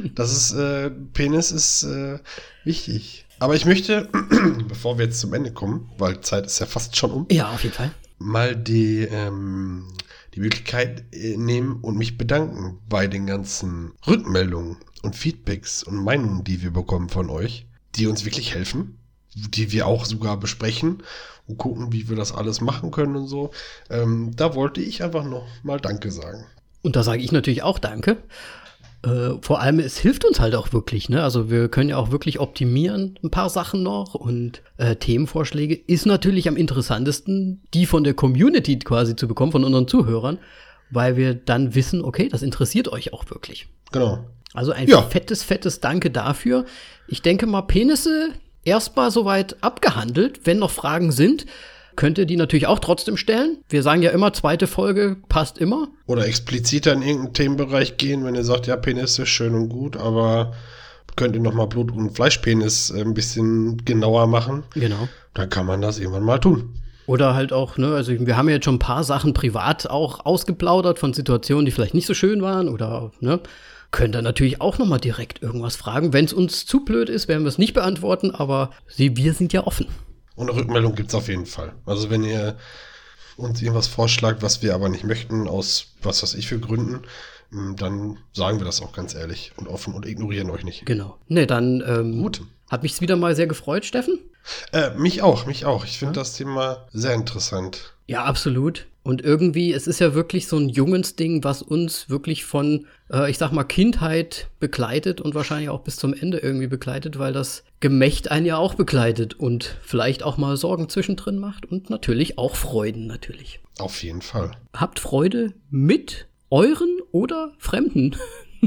Speaker 1: Penis ist wichtig. Aber ich möchte, bevor wir jetzt zum Ende kommen, weil die Zeit ist ja fast schon um.
Speaker 2: Ja, auf jeden Fall.
Speaker 1: Mal die Möglichkeit nehmen und mich bedanken bei den ganzen Rückmeldungen und Feedbacks und Meinungen, die wir bekommen von euch, die uns wirklich helfen, die wir auch sogar besprechen und gucken, wie wir das alles machen können und so. Da wollte ich einfach noch mal Danke sagen.
Speaker 2: Und da sage ich natürlich auch Danke. Vor allem, es hilft uns halt auch wirklich, ne? Also wir können ja auch wirklich optimieren, ein paar Sachen noch und Themenvorschläge ist natürlich am interessantesten, die von der Community quasi zu bekommen, von unseren Zuhörern, weil wir dann wissen, okay, das interessiert euch auch wirklich.
Speaker 1: Genau.
Speaker 2: Also ein fettes Danke dafür. Ich denke mal, Penisse erstmal soweit abgehandelt. Wenn noch Fragen sind, könnt ihr die natürlich auch trotzdem stellen. Wir sagen ja immer, zweite Folge passt immer.
Speaker 1: Oder expliziter in irgendeinen Themenbereich gehen, wenn ihr sagt, ja, Penis ist schön und gut, aber könnt ihr nochmal Blut- und Fleischpenis ein bisschen genauer machen.
Speaker 2: Genau.
Speaker 1: Dann kann man das irgendwann mal tun.
Speaker 2: Oder halt auch, ne, also wir haben ja jetzt schon ein paar Sachen privat auch ausgeplaudert von Situationen, die vielleicht nicht so schön waren oder, ne. Könnt ihr natürlich auch nochmal direkt irgendwas fragen. Wenn es uns zu blöd ist, werden wir es nicht beantworten, aber wir sind ja offen.
Speaker 1: Und eine Rückmeldung gibt es auf jeden Fall. Also wenn ihr uns irgendwas vorschlagt, was wir aber nicht möchten, aus was weiß ich für Gründen, dann sagen wir das auch ganz ehrlich und offen und ignorieren euch nicht.
Speaker 2: Genau. Ne, dann
Speaker 1: gut.
Speaker 2: Hat mich wieder mal sehr gefreut, Steffen.
Speaker 1: Mich auch. Ich finde das Thema sehr interessant.
Speaker 2: Ja, absolut. Und irgendwie, es ist ja wirklich so ein Jungensding, was uns wirklich von, ich sag mal, Kindheit begleitet und wahrscheinlich auch bis zum Ende irgendwie begleitet, weil das Gemächt einen ja auch begleitet und vielleicht auch mal Sorgen zwischendrin macht und natürlich auch Freuden natürlich.
Speaker 1: Auf jeden Fall.
Speaker 2: Habt Freude mit euren oder Fremden.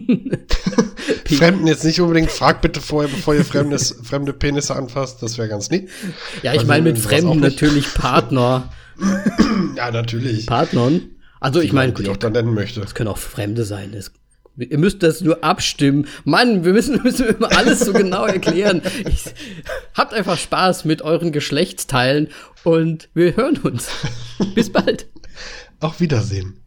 Speaker 1: Fremden jetzt nicht unbedingt, fragt bitte vorher, bevor ihr fremde Penisse anfasst, das wäre ganz lieb.
Speaker 2: Ja, ich meine mit Fremden natürlich Partner.
Speaker 1: Ja, natürlich.
Speaker 2: Partnern. Also ich meine,
Speaker 1: die auch dann nennen möchte.
Speaker 2: Das können auch Fremde sein. Ihr müsst das nur abstimmen. Mann, wir müssen immer alles so genau erklären. Habt einfach Spaß mit euren Geschlechtsteilen und wir hören uns. Bis bald.
Speaker 1: Auf Wiedersehen.